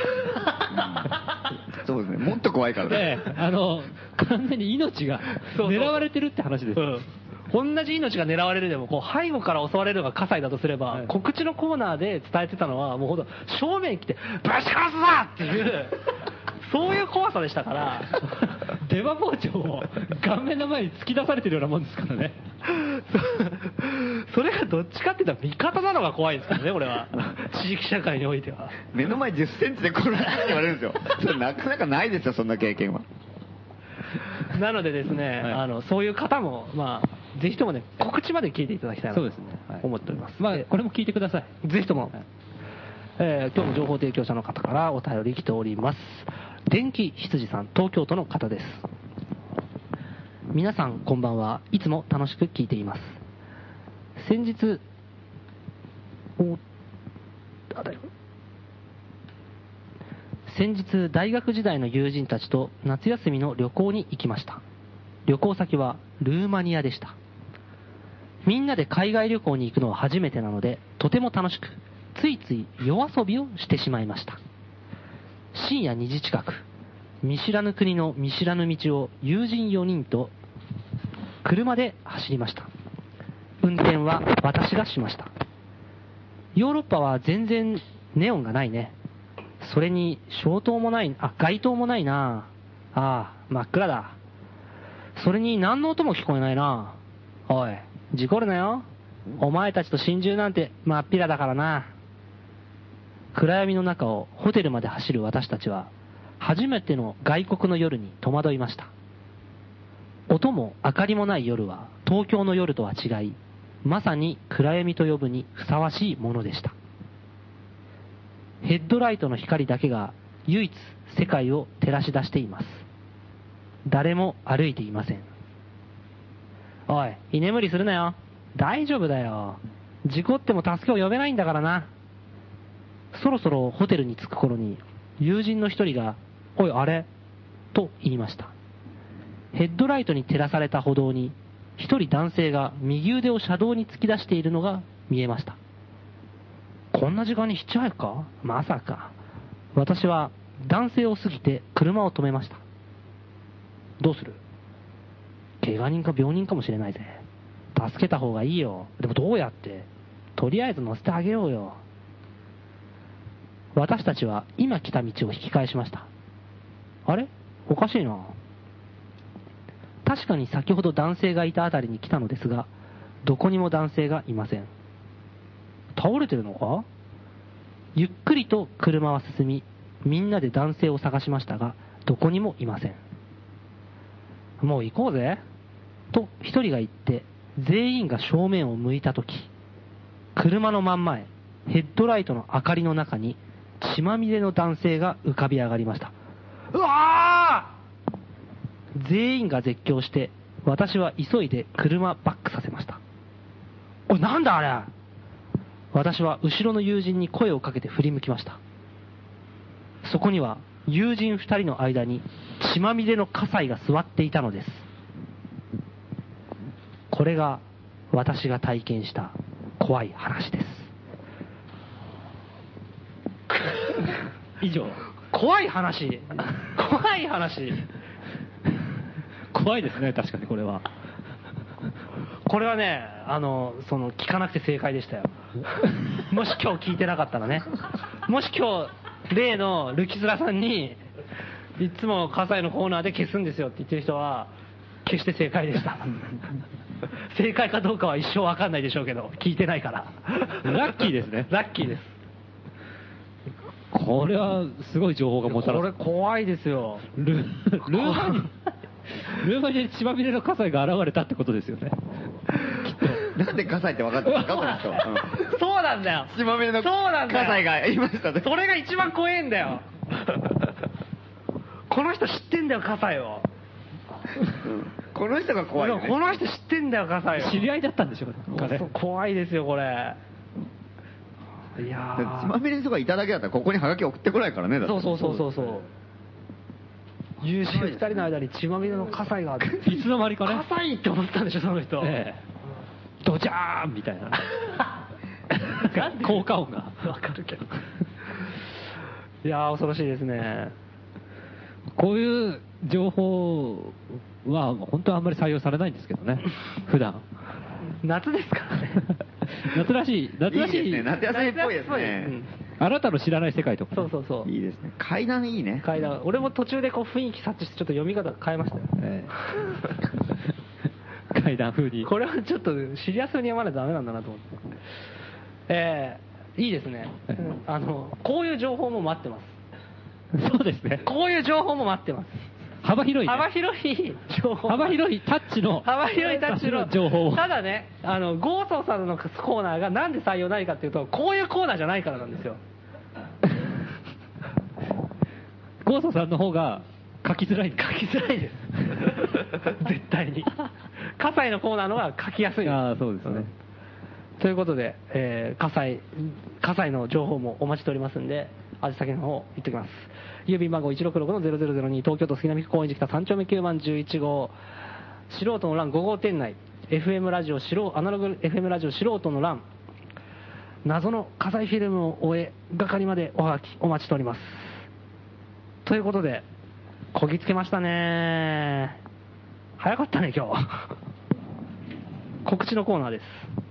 そうですね、もっと怖いからね。 ええ、あの完全に命が狙われてるって話です。 そうそう、うん、同じ命が狙われるでもこう背後から襲われるのが葛西だとすれば、はい、告知のコーナーで伝えてたのはもうほんと正面に来てぶち殺すぞっていうそういう怖さでしたから出刃包丁を顔面の前に突き出されてるようなもんですからね。 それがどっちかって言ったら味方なのが怖いですからね、俺は。地域社会においては。 目の前じゅっセンチで殺すって言われるんですよ。それなかなかないですよ、そんな経験は。 なのでですね、はい、あのそういう方も、まあ、ぜひともね、告知まで聞いていただきたいなと思っております。 まあ、これも聞いてください。 ぜひとも。はい、えー、今日も情報提供者の方からお便り来ております。電気羊さん、東京都の方です。皆さんこんばんは。いつも楽しく聞いています。先日おあだよ先日大学時代の友人たちと夏休みの旅行に行きました。旅行先はルーマニアでした。みんなで海外旅行に行くのは初めてなのでとても楽しく、ついつい夜遊びをしてしまいました。深夜にじ近く、見知らぬ国の見知らぬ道を友人よにんと車で走りました。運転は私がしました。ヨーロッパは全然ネオンがないね。それに消灯もない、あ、街灯もないな。ああ、真っ暗だ。それに何の音も聞こえないな。おい、事故るなよ。お前たちと心中なんて真っ平だからな。暗闇の中をホテルまで走る私たちは初めての外国の夜に戸惑いました。音も明かりもない夜は東京の夜とは違い、まさに暗闇と呼ぶにふさわしいものでした。ヘッドライトの光だけが唯一世界を照らし出しています。誰も歩いていません。おい、居眠りするなよ。大丈夫だよ。事故っても助けを呼べないんだからな。そろそろホテルに着く頃に友人の一人が、おいあれと言いました。ヘッドライトに照らされた歩道に一人男性が右腕を車道に突き出しているのが見えました。こんな時間にヒッチハイクか？まさか。私は男性を過ぎて車を止めました。どうする？怪我人か病人かもしれないぜ。助けた方がいいよ。でもどうやって？とりあえず乗せてあげようよ。私たちは今来た道を引き返しました。あれ？おかしいな。確かに先ほど男性がいたあたりに来たのですが、どこにも男性がいません。倒れてるのか？ ゆっくりと車は進み、みんなで男性を探しましたが、どこにもいません。もう行こうぜと一人が言って、全員が正面を向いたとき、車の真ん前、ヘッドライトの明かりの中に血まみれの男性が浮かび上がりました。うわー！全員が絶叫して、私は急いで車バックさせました。おい、なんだあれ！私は後ろの友人に声をかけて振り向きました。そこには友人二人の間に血まみれの葛西が座っていたのです。これが私が体験した怖い話です。以上。怖い話。怖い話。 怖いですね、確かにこれは。 これはね、あの、その、聞かなくて正解でしたよ。もし今日聞いてなかったらね。もし今日、例のルキズラさんに、いつも葛西のコーナーで消すんですよって言ってる人は、決して正解でした。正解かどうかは一生わかんないでしょうけど、聞いてないから。 ラッキーですね。 ラッキーです。 これはすごい情報がもたらす。 これ怖いですよ。 ルルーマニルーマニアに血まみれの葛西が現れたってことですよね。 きっと。なんで葛西って分かったんですか、この人。 うん、そうなんだよ。 血まみれの葛西がいましたね。 それが一番怖いんだよ。この人知ってんだよ、葛西を。 この人が怖いよね。 この人知ってんだよ、葛西を。 知り合いだったんでしょうね。 怖いですよ、これ。いやー。 血まみれの人がいただけだったらここにハガキ送ってこないからね。だってそうそうそうそうそう。友人二人の間に血まみれの葛西があって、 いつの間にかね。 葛西って思ったんでしょ、その人。 ええ、ドジャーンみたいな。効果音が。 わかるけど。いやー、恐ろしいですね。 こういう情報は本当はあんまり採用されないんですけどね、普段。 夏ですからね。 夏らしい、夏らしい。 いいですね、夏休みっぽいですね。うん、 あなたの知らない世界とか、ね。 そうそうそう。 いいですね。階段いいね。 階段。俺も途中でこう雰囲気察知してちょっと読み方変えましたよ。ええ、階段風に。 これはちょっとシリアスに読まないとダメなんだなと思って。えー、いいですね。あの、こういう情報も待ってます。 そうですね。 こういう情報も待ってます。 幅広い、ね、 幅広い情報。 幅広いタッチの。 幅広いタッチの情報。 ただね、あの、ゴーソーさんのコーナーがなんで採用ないかっていうと、こういうコーナーじゃないからなんですよ。 ゴーソーさんの方が書きづらい。 書きづらいです。絶対に。葛西のコーナーの方が書きやすい。 ああ、そうですね。 ということで、えー、葛西、葛西の情報もお待ちしておりますんで、宛先の方行ってきます。郵便番号 いちろくろくのゼロゼロゼロに 東京都杉並区高円寺北さん丁目きゅうばんじゅういち号、素人の欄ご号店内、エフエム ラジオ素アナログ エフエム ラジオ素人の欄、謎の葛西フィルムを終え係までおはがきお待ちしております。ということで、こぎつけましたね。早かったね今日。告知のコーナーです。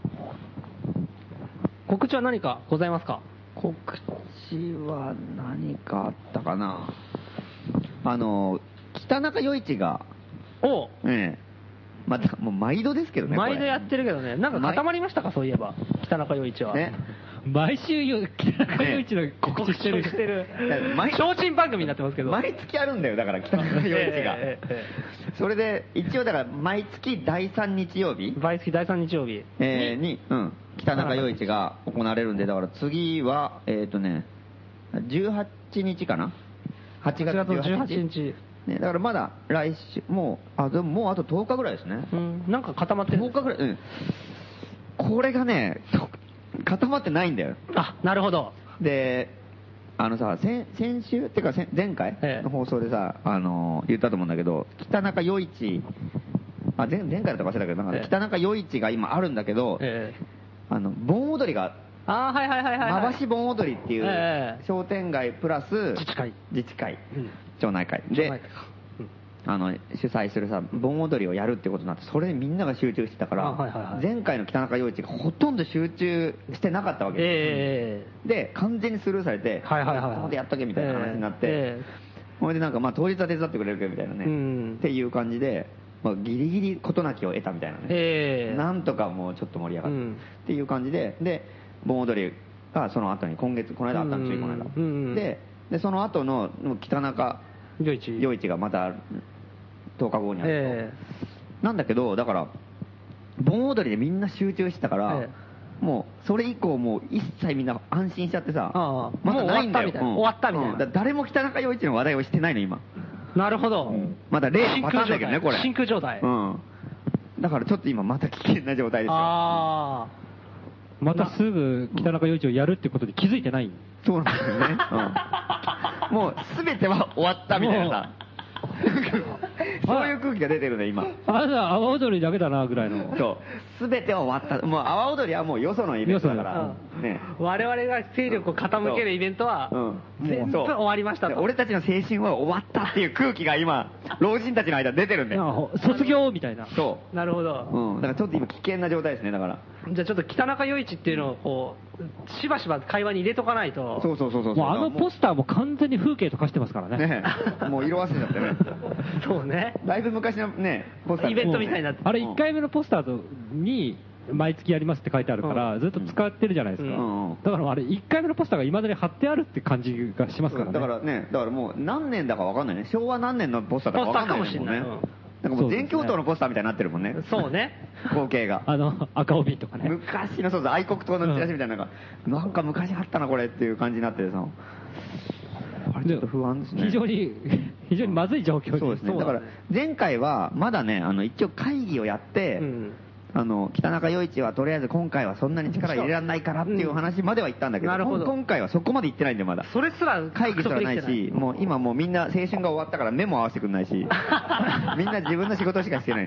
告知は何かございますか？ 告知は何かあったかな。あの北中余市がおう、 ええ、またもう毎度ですけどね。 毎度やってるけどね。なんか固まりましたか、そういえば北中余市は。ね、 毎週北中余市の告知してる。 してる。提灯番組になってますけど。 毎月あるんだよ、だから北中余市が。ええええ、それで一応だから毎月だいさん日曜日。 毎月だいさん日曜日。 えー、に、うん。北中余市が行われるんで、だから次は、えっ、ー、とね、じゅうはちにちかな ?はちがつじゅうはちにち。ね、だからまだ来週、もう、あ、でももうあととおかぐらいですね。 うん、なんか固まってる。 とおかぐらい、うん。これがね、固まってないんだよ。 あ、なるほど。 で、あのさ、先先週っていうか前回の放送でさ、ええ、あの、言ったと思うんだけど、北中余市、あ、前前回だったか忘れたけど、なんか北中余市が今あるんだけど、ええ、あの盆踊りが、 あ、はいはいはいはい、 まばし盆踊りっていう商店街プラス自治会自治会、うん、町内会で、うん、あの主催するさ盆踊りをやるってことになって、それにみんなが集中してたから、はいはいはい、前回の北中余市がほとんど集中してなかったわけです、えー、で完全にスルーされて、はいはいはいはい、そこでやっとけみたいな話になって、えー、それでなんかまあ当日は手伝ってくれるけどみたいなね、うん、っていう感じで。まあ、ギリギリ事なきを得たみたいなね、えー、なんとかもうちょっと盛り上がった、うん、っていう感じで、で盆踊りがその後に今月、この間あったんですよ、この間。で、で、その後の北中余市がまたとおかごにあると。えー、なんだけど、だから、盆踊りでみんな集中してたから、えー、もうそれ以降もう一切みんな安心しちゃってさ、 あまだないんだよ。終わったみたいな。うん、 だ誰も北中余市の話題をしてないの、今。 なるほど。うん、 まだ例のパターンだけどね、これ。 真空状態。 うん。だからちょっと今また危険な状態ですよ。ああ。またすぐ北中余市をやるってことで気づいてない。 そうなんですよね。うん、もう全ては終わったみたいなさ。そういう空気が出てるね、今。 あなた、阿波踊りだけだな、ぐらいの。 そう。すべては終わった。もう、阿波踊りはもうよそのイベントだから。 ね、我々が勢力を傾けるイベントは、全部終わりましたと。 俺たちの青春は終わったっていう空気が今、老人たちの間出てるんで。 卒業みたいな。 そう。なるほど。 うん。だからちょっと今危険な状態ですね、だから。 じゃあちょっと北中余市っていうのをこう、しばしば会話に入れとかないと。 そうそうそうそう。 もうあのポスターも完全に風景と化してますからね。 ねもう色あせちゃってね。 そうね。 だいぶ昔のね、 ポスター。イベントみたいになって。 あれいっかいめのポスターに、毎月やりますって書いてあるから、ずっと使ってるじゃないですか。だからあれいっかいめのポスターが未だに貼ってあるって感じがしますからね。 だからね、だからもう何年だか分かんないね。昭和何年のポスターだか分かんないもんね。ポスターかもしれない。なんかもう全教頭のポスターみたいになってるもんね。 そうね。 光景が。 あの、赤帯とかね。 昔のそうそう、愛国党のチラシみたいなのが、なんか昔あったなこれっていう感じになってさ。あれちょっと不安ですね。 非常に、非常にまずい状況そうですね。だから前回はまだね、あの一応会議をやって、あの北中余市はとりあえず今回はそんなに力入れられないからっていう話までは言ったんだけど、うん、今回はそこまで言ってないんでまだ。 それすら会議すらないし、もう今もうみんな青春が終わったから目も合わせてくんないし、みんな自分の仕事しかしてない。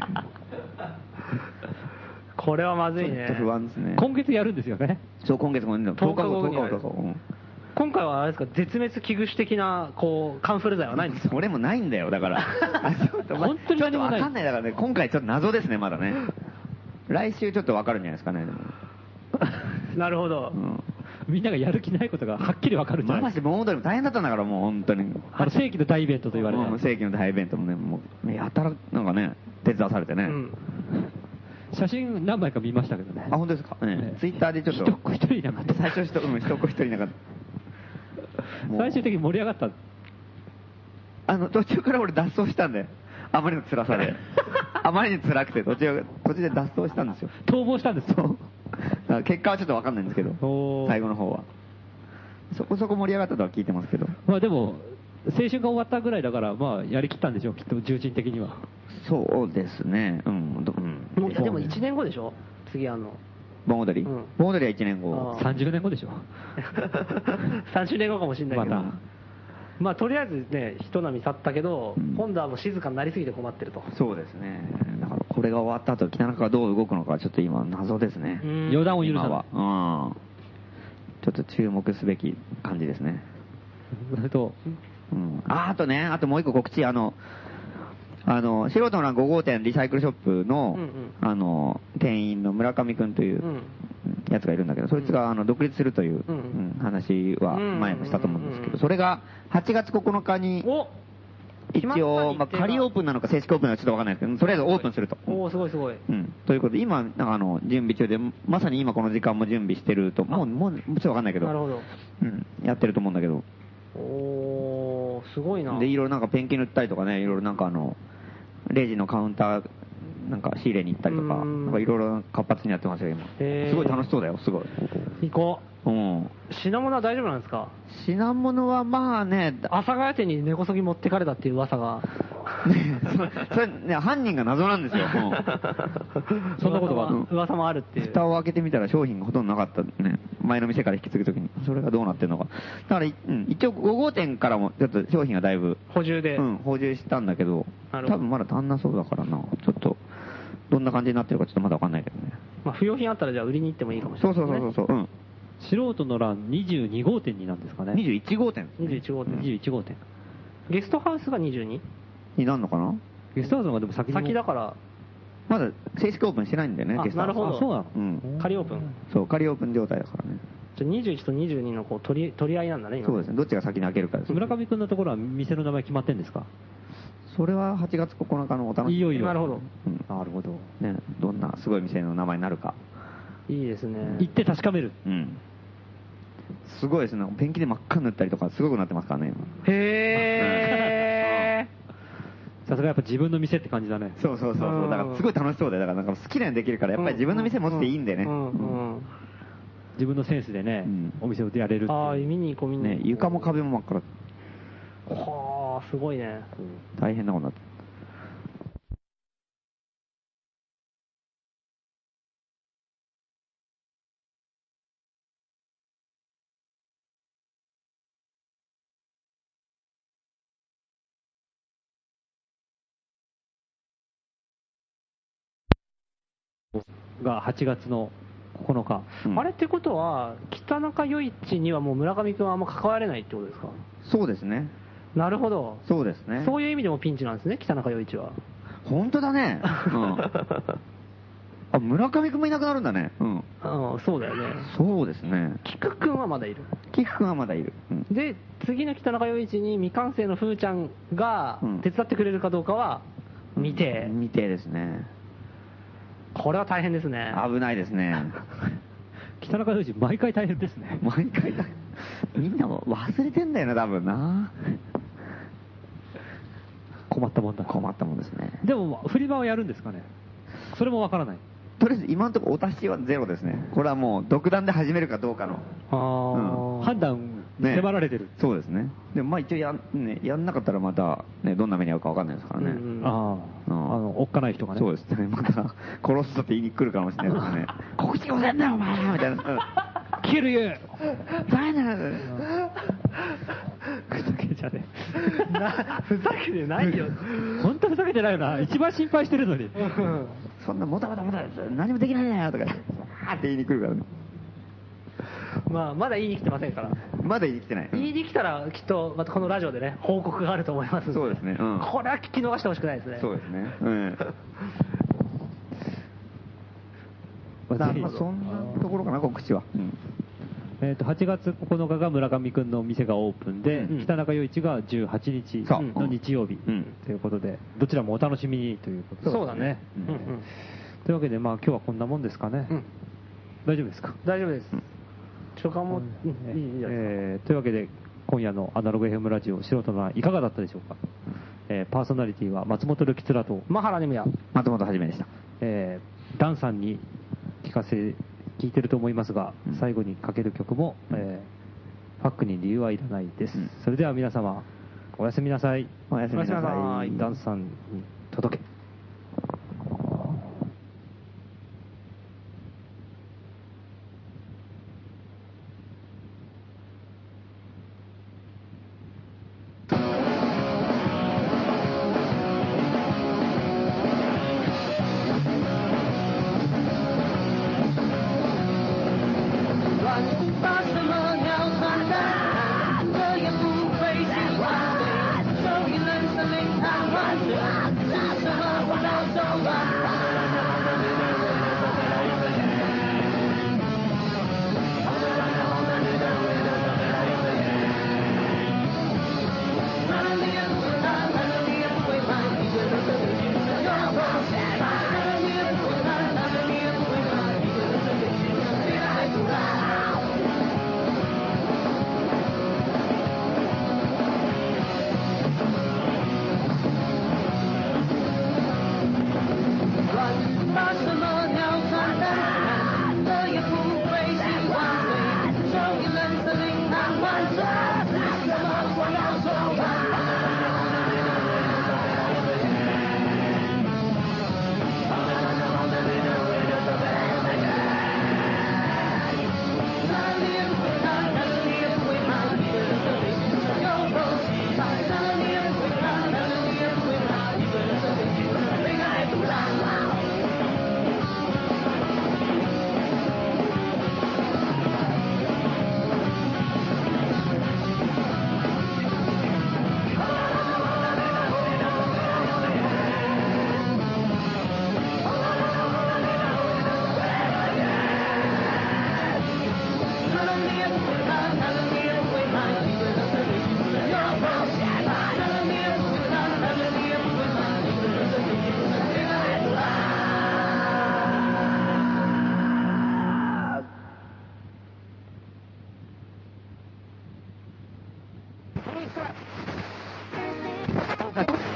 これはまずいね。 ちょっと不安ですね。 今月やるんですよね。 そう今月もね、とおかごとおかごとか。 今回はあれですか、絶滅危惧種的なこうカンフル剤はないんですか？ 俺もないんだよだから。 本当にちょっとわかんないだからね、今回ちょっと謎ですねまだね。来週ちょっとわかるんじゃないですかね、でも。 なるほど、うん。 みんながやる気ないことがはっきりわかるんじゃないですか。 まして盆踊りも大変だったんだから、もう本当に。 あの世紀の大イベントと言われた。 もう世紀の大イベントもね、もう、やたらなんかね、手伝わされてね。うん、 写真何枚か見ましたけどね。 あ、本当ですか、ね、ツイッターでちょっと。 一っ子一人いなかった。 最初一人、うん、一っ子一人いなかった。 最終的に盛り上がった。 あの、途中から俺脱走したんで。あまりの辛さで。あまりに辛くて、途中、途中で脱走したんですよ。 逃亡したんですよ。 結果はちょっとわかんないんですけど、最後の方は。そこそこ盛り上がったとは聞いてますけど。 まあでも、青春が終わったぐらいだから、まあやりきったんでしょう、きっと重鎮的には。 そうですね。うん。 うん、でもいちねんごでしょ次あの。 盆踊り、うん、盆踊りはいちねんご。 さんじゅうねんごでしょさんじゅうねんごかもしれないけど。またまあとりあえずね、人波去ったけど、うん、今度はもう静かになりすぎて困ってると。 そうですね。だからこれが終わった後、北中がどう動くのかちょっと今謎ですね。 予断を許さない。 うん。ちょっと注目すべき感じですね。 と、 うん、あ、あとね、あともう一個告知、あの、あの、素人の欄ご号店リサイクルショップの、うんうん、あの、店員の村上くんというやつがいるんだけど、そいつがあの独立するという、うんうん、話は前もしたと思うんですけど、それがはちがつここのかに、一応、まあ、仮オープンなのか正式オープンなのかちょっとわかんないですけど、とりあえずオープンすると。 おー、すごいすごい。 うん。ということで、今、なんかあの、準備中で、まさに今この時間も準備してると、もう、もう、ちょっとわかんないけど、 なるほど。 うん、やってると思うんだけど。 おー、すごいな。 で、いろいろなんかペンキ塗ったりとかね、いろいろなんかあの、レジのカウンター、なんか仕入れに行ったりとか、なんかいろいろ活発にやってますよ、今。すごい楽しそうだよ、すごい。 行こう。うん。 品物は大丈夫なんですか？ 品物はまあね、 阿佐ヶ谷店に根こそぎ持ってかれたっていう噂が。 ねそれ、ね、犯人が謎なんですよ。 そんなことが、噂もあるっていう。 蓋を開けてみたら商品がほとんどなかったね。前の店から引き継ぐときに。それがどうなってるのか。だから、うん、一応ご号店からもちょっと商品がだいぶ。 補充で。 うん、補充したんだけど、多分まだ足んなそうだからな。ちょっと、どんな感じになってるかちょっとまだわかんないけどね。 まあ、不要品あったらじゃあ売りに行ってもいいかもしれない、ね。 そうそうそうそう。うん。 素人の欄にじゅうに号店になんですかね。 にじゅういち号店。 にじゅういち号店。 にじゅういち号店。 ゲストハウスが にじゅうに？ になんのかな？ ゲストハウスがでも先に。 先だから。 まだ正式オープンしてないんだよね、ゲストハウス。 なるほど。 そうなの？ うん。 仮オープン。 そう、仮オープン状態だからね。 じゃあにじゅういちとにじゅうにのこう取り、取り合いなんだね、今。 そうですね。どっちが先に開けるかです。 村上くんのところは店の名前決まってんですか？ それははちがつここのかのお楽しみ。 いよいよ。 なるほど。 うん、なるほど。ね、どんなすごい店の名前になるか。 いいですね。 行って確かめる。 うん。 すごいですね。ペンキで真っ赤に塗ったりとか、すごくなってますからね、 今。へー。さすがやっぱ自分の店って感じだね。 そうそうそうそう。だからすごい楽しそうで、だからなんか好きなようにできるから、やっぱり自分の店持っていいんでね。 自分のセンスでね、お店をやれるって。 ああ、見に行こう、見に行こう。 ね、床も壁も真っ赤だ。 はあ、すごいね。 大変なことになって。 がはちがつのここのか、 うん、あれってことは北中余市にはもう村上君はあんま関われないってことですか？ そうですね。 なるほど。 そうですね。 そういう意味でもピンチなんですね、北中余市は。 本当だね。うん、あ、村上君もいなくなるんだね。うん。 ああ、そうだよね。 そうですね。 菊君はまだいる。 菊君はまだいる。 うん、で、次の北中余市に未完成の風ちゃんが手伝ってくれるかどうかは未定。 うん、未定ですね。 これは大変ですね。 危ないですね。 北中余市毎回大変ですね。 毎回だ。みんなも忘れてんだよな、多分な。 困ったもんだ。 困ったもんですね。 でも、振り場をやるんですかね。それもわからない。 とりあえず今のところお達しはゼロですね。これはもう独断で始めるかどうかの。 あうん、判断迫られてる、 ね。そうですね。でもまあ一応やん、ね、やんなかったらまた、ね、どんな目に遭うかわかんないですからね。うんうん、 ああ、うん、あの、おっかない人がね。 そうですね。また、殺すぞって言いに来るかもしれないですね。告知がせんだよ、お前みたいな。 消える言う誰だふざけじゃねえ。ふざけてないよ。 本当ふざけてないよな。一番心配してるのに。 そんなもたもたもた何もできないんだよとか、あーって言いに来るからね。 まあ、まだ言いに来てませんから。 まだ言いに来てない。 言いに来たら、きっと、またこのラジオでね、報告があると思いますので。 そうですね。うん、 これは聞き逃してほしくないですね。 そうですね。うん。まあ、そんなところかな、告知は。うんえー、とはちがつここのかが村上くんの店がオープンで、うん、北中余市がじゅうはちにちの日曜日、うん、ということで、どちらもお楽しみにということで、 そうだね。うんうん、 というわけで、まあ今日はこんなもんですかね。うん、大丈夫ですか？ 大丈夫です。初回も、うん、いいえー、というわけで、今夜のアナログ エフエム ラジオ、素人のいかがだったでしょうか？えー、パーソナリティは松本るきつらとマハラネムヤ松本はじめでした。 えー、ダンさんに聞かせ聞いてると思いますが、うん、最後にかける曲も、えー、ファックに理由はいらないです、うん、それでは皆様おやすみなさい。 おやすみなさい。 ダンさんに届け。 什么から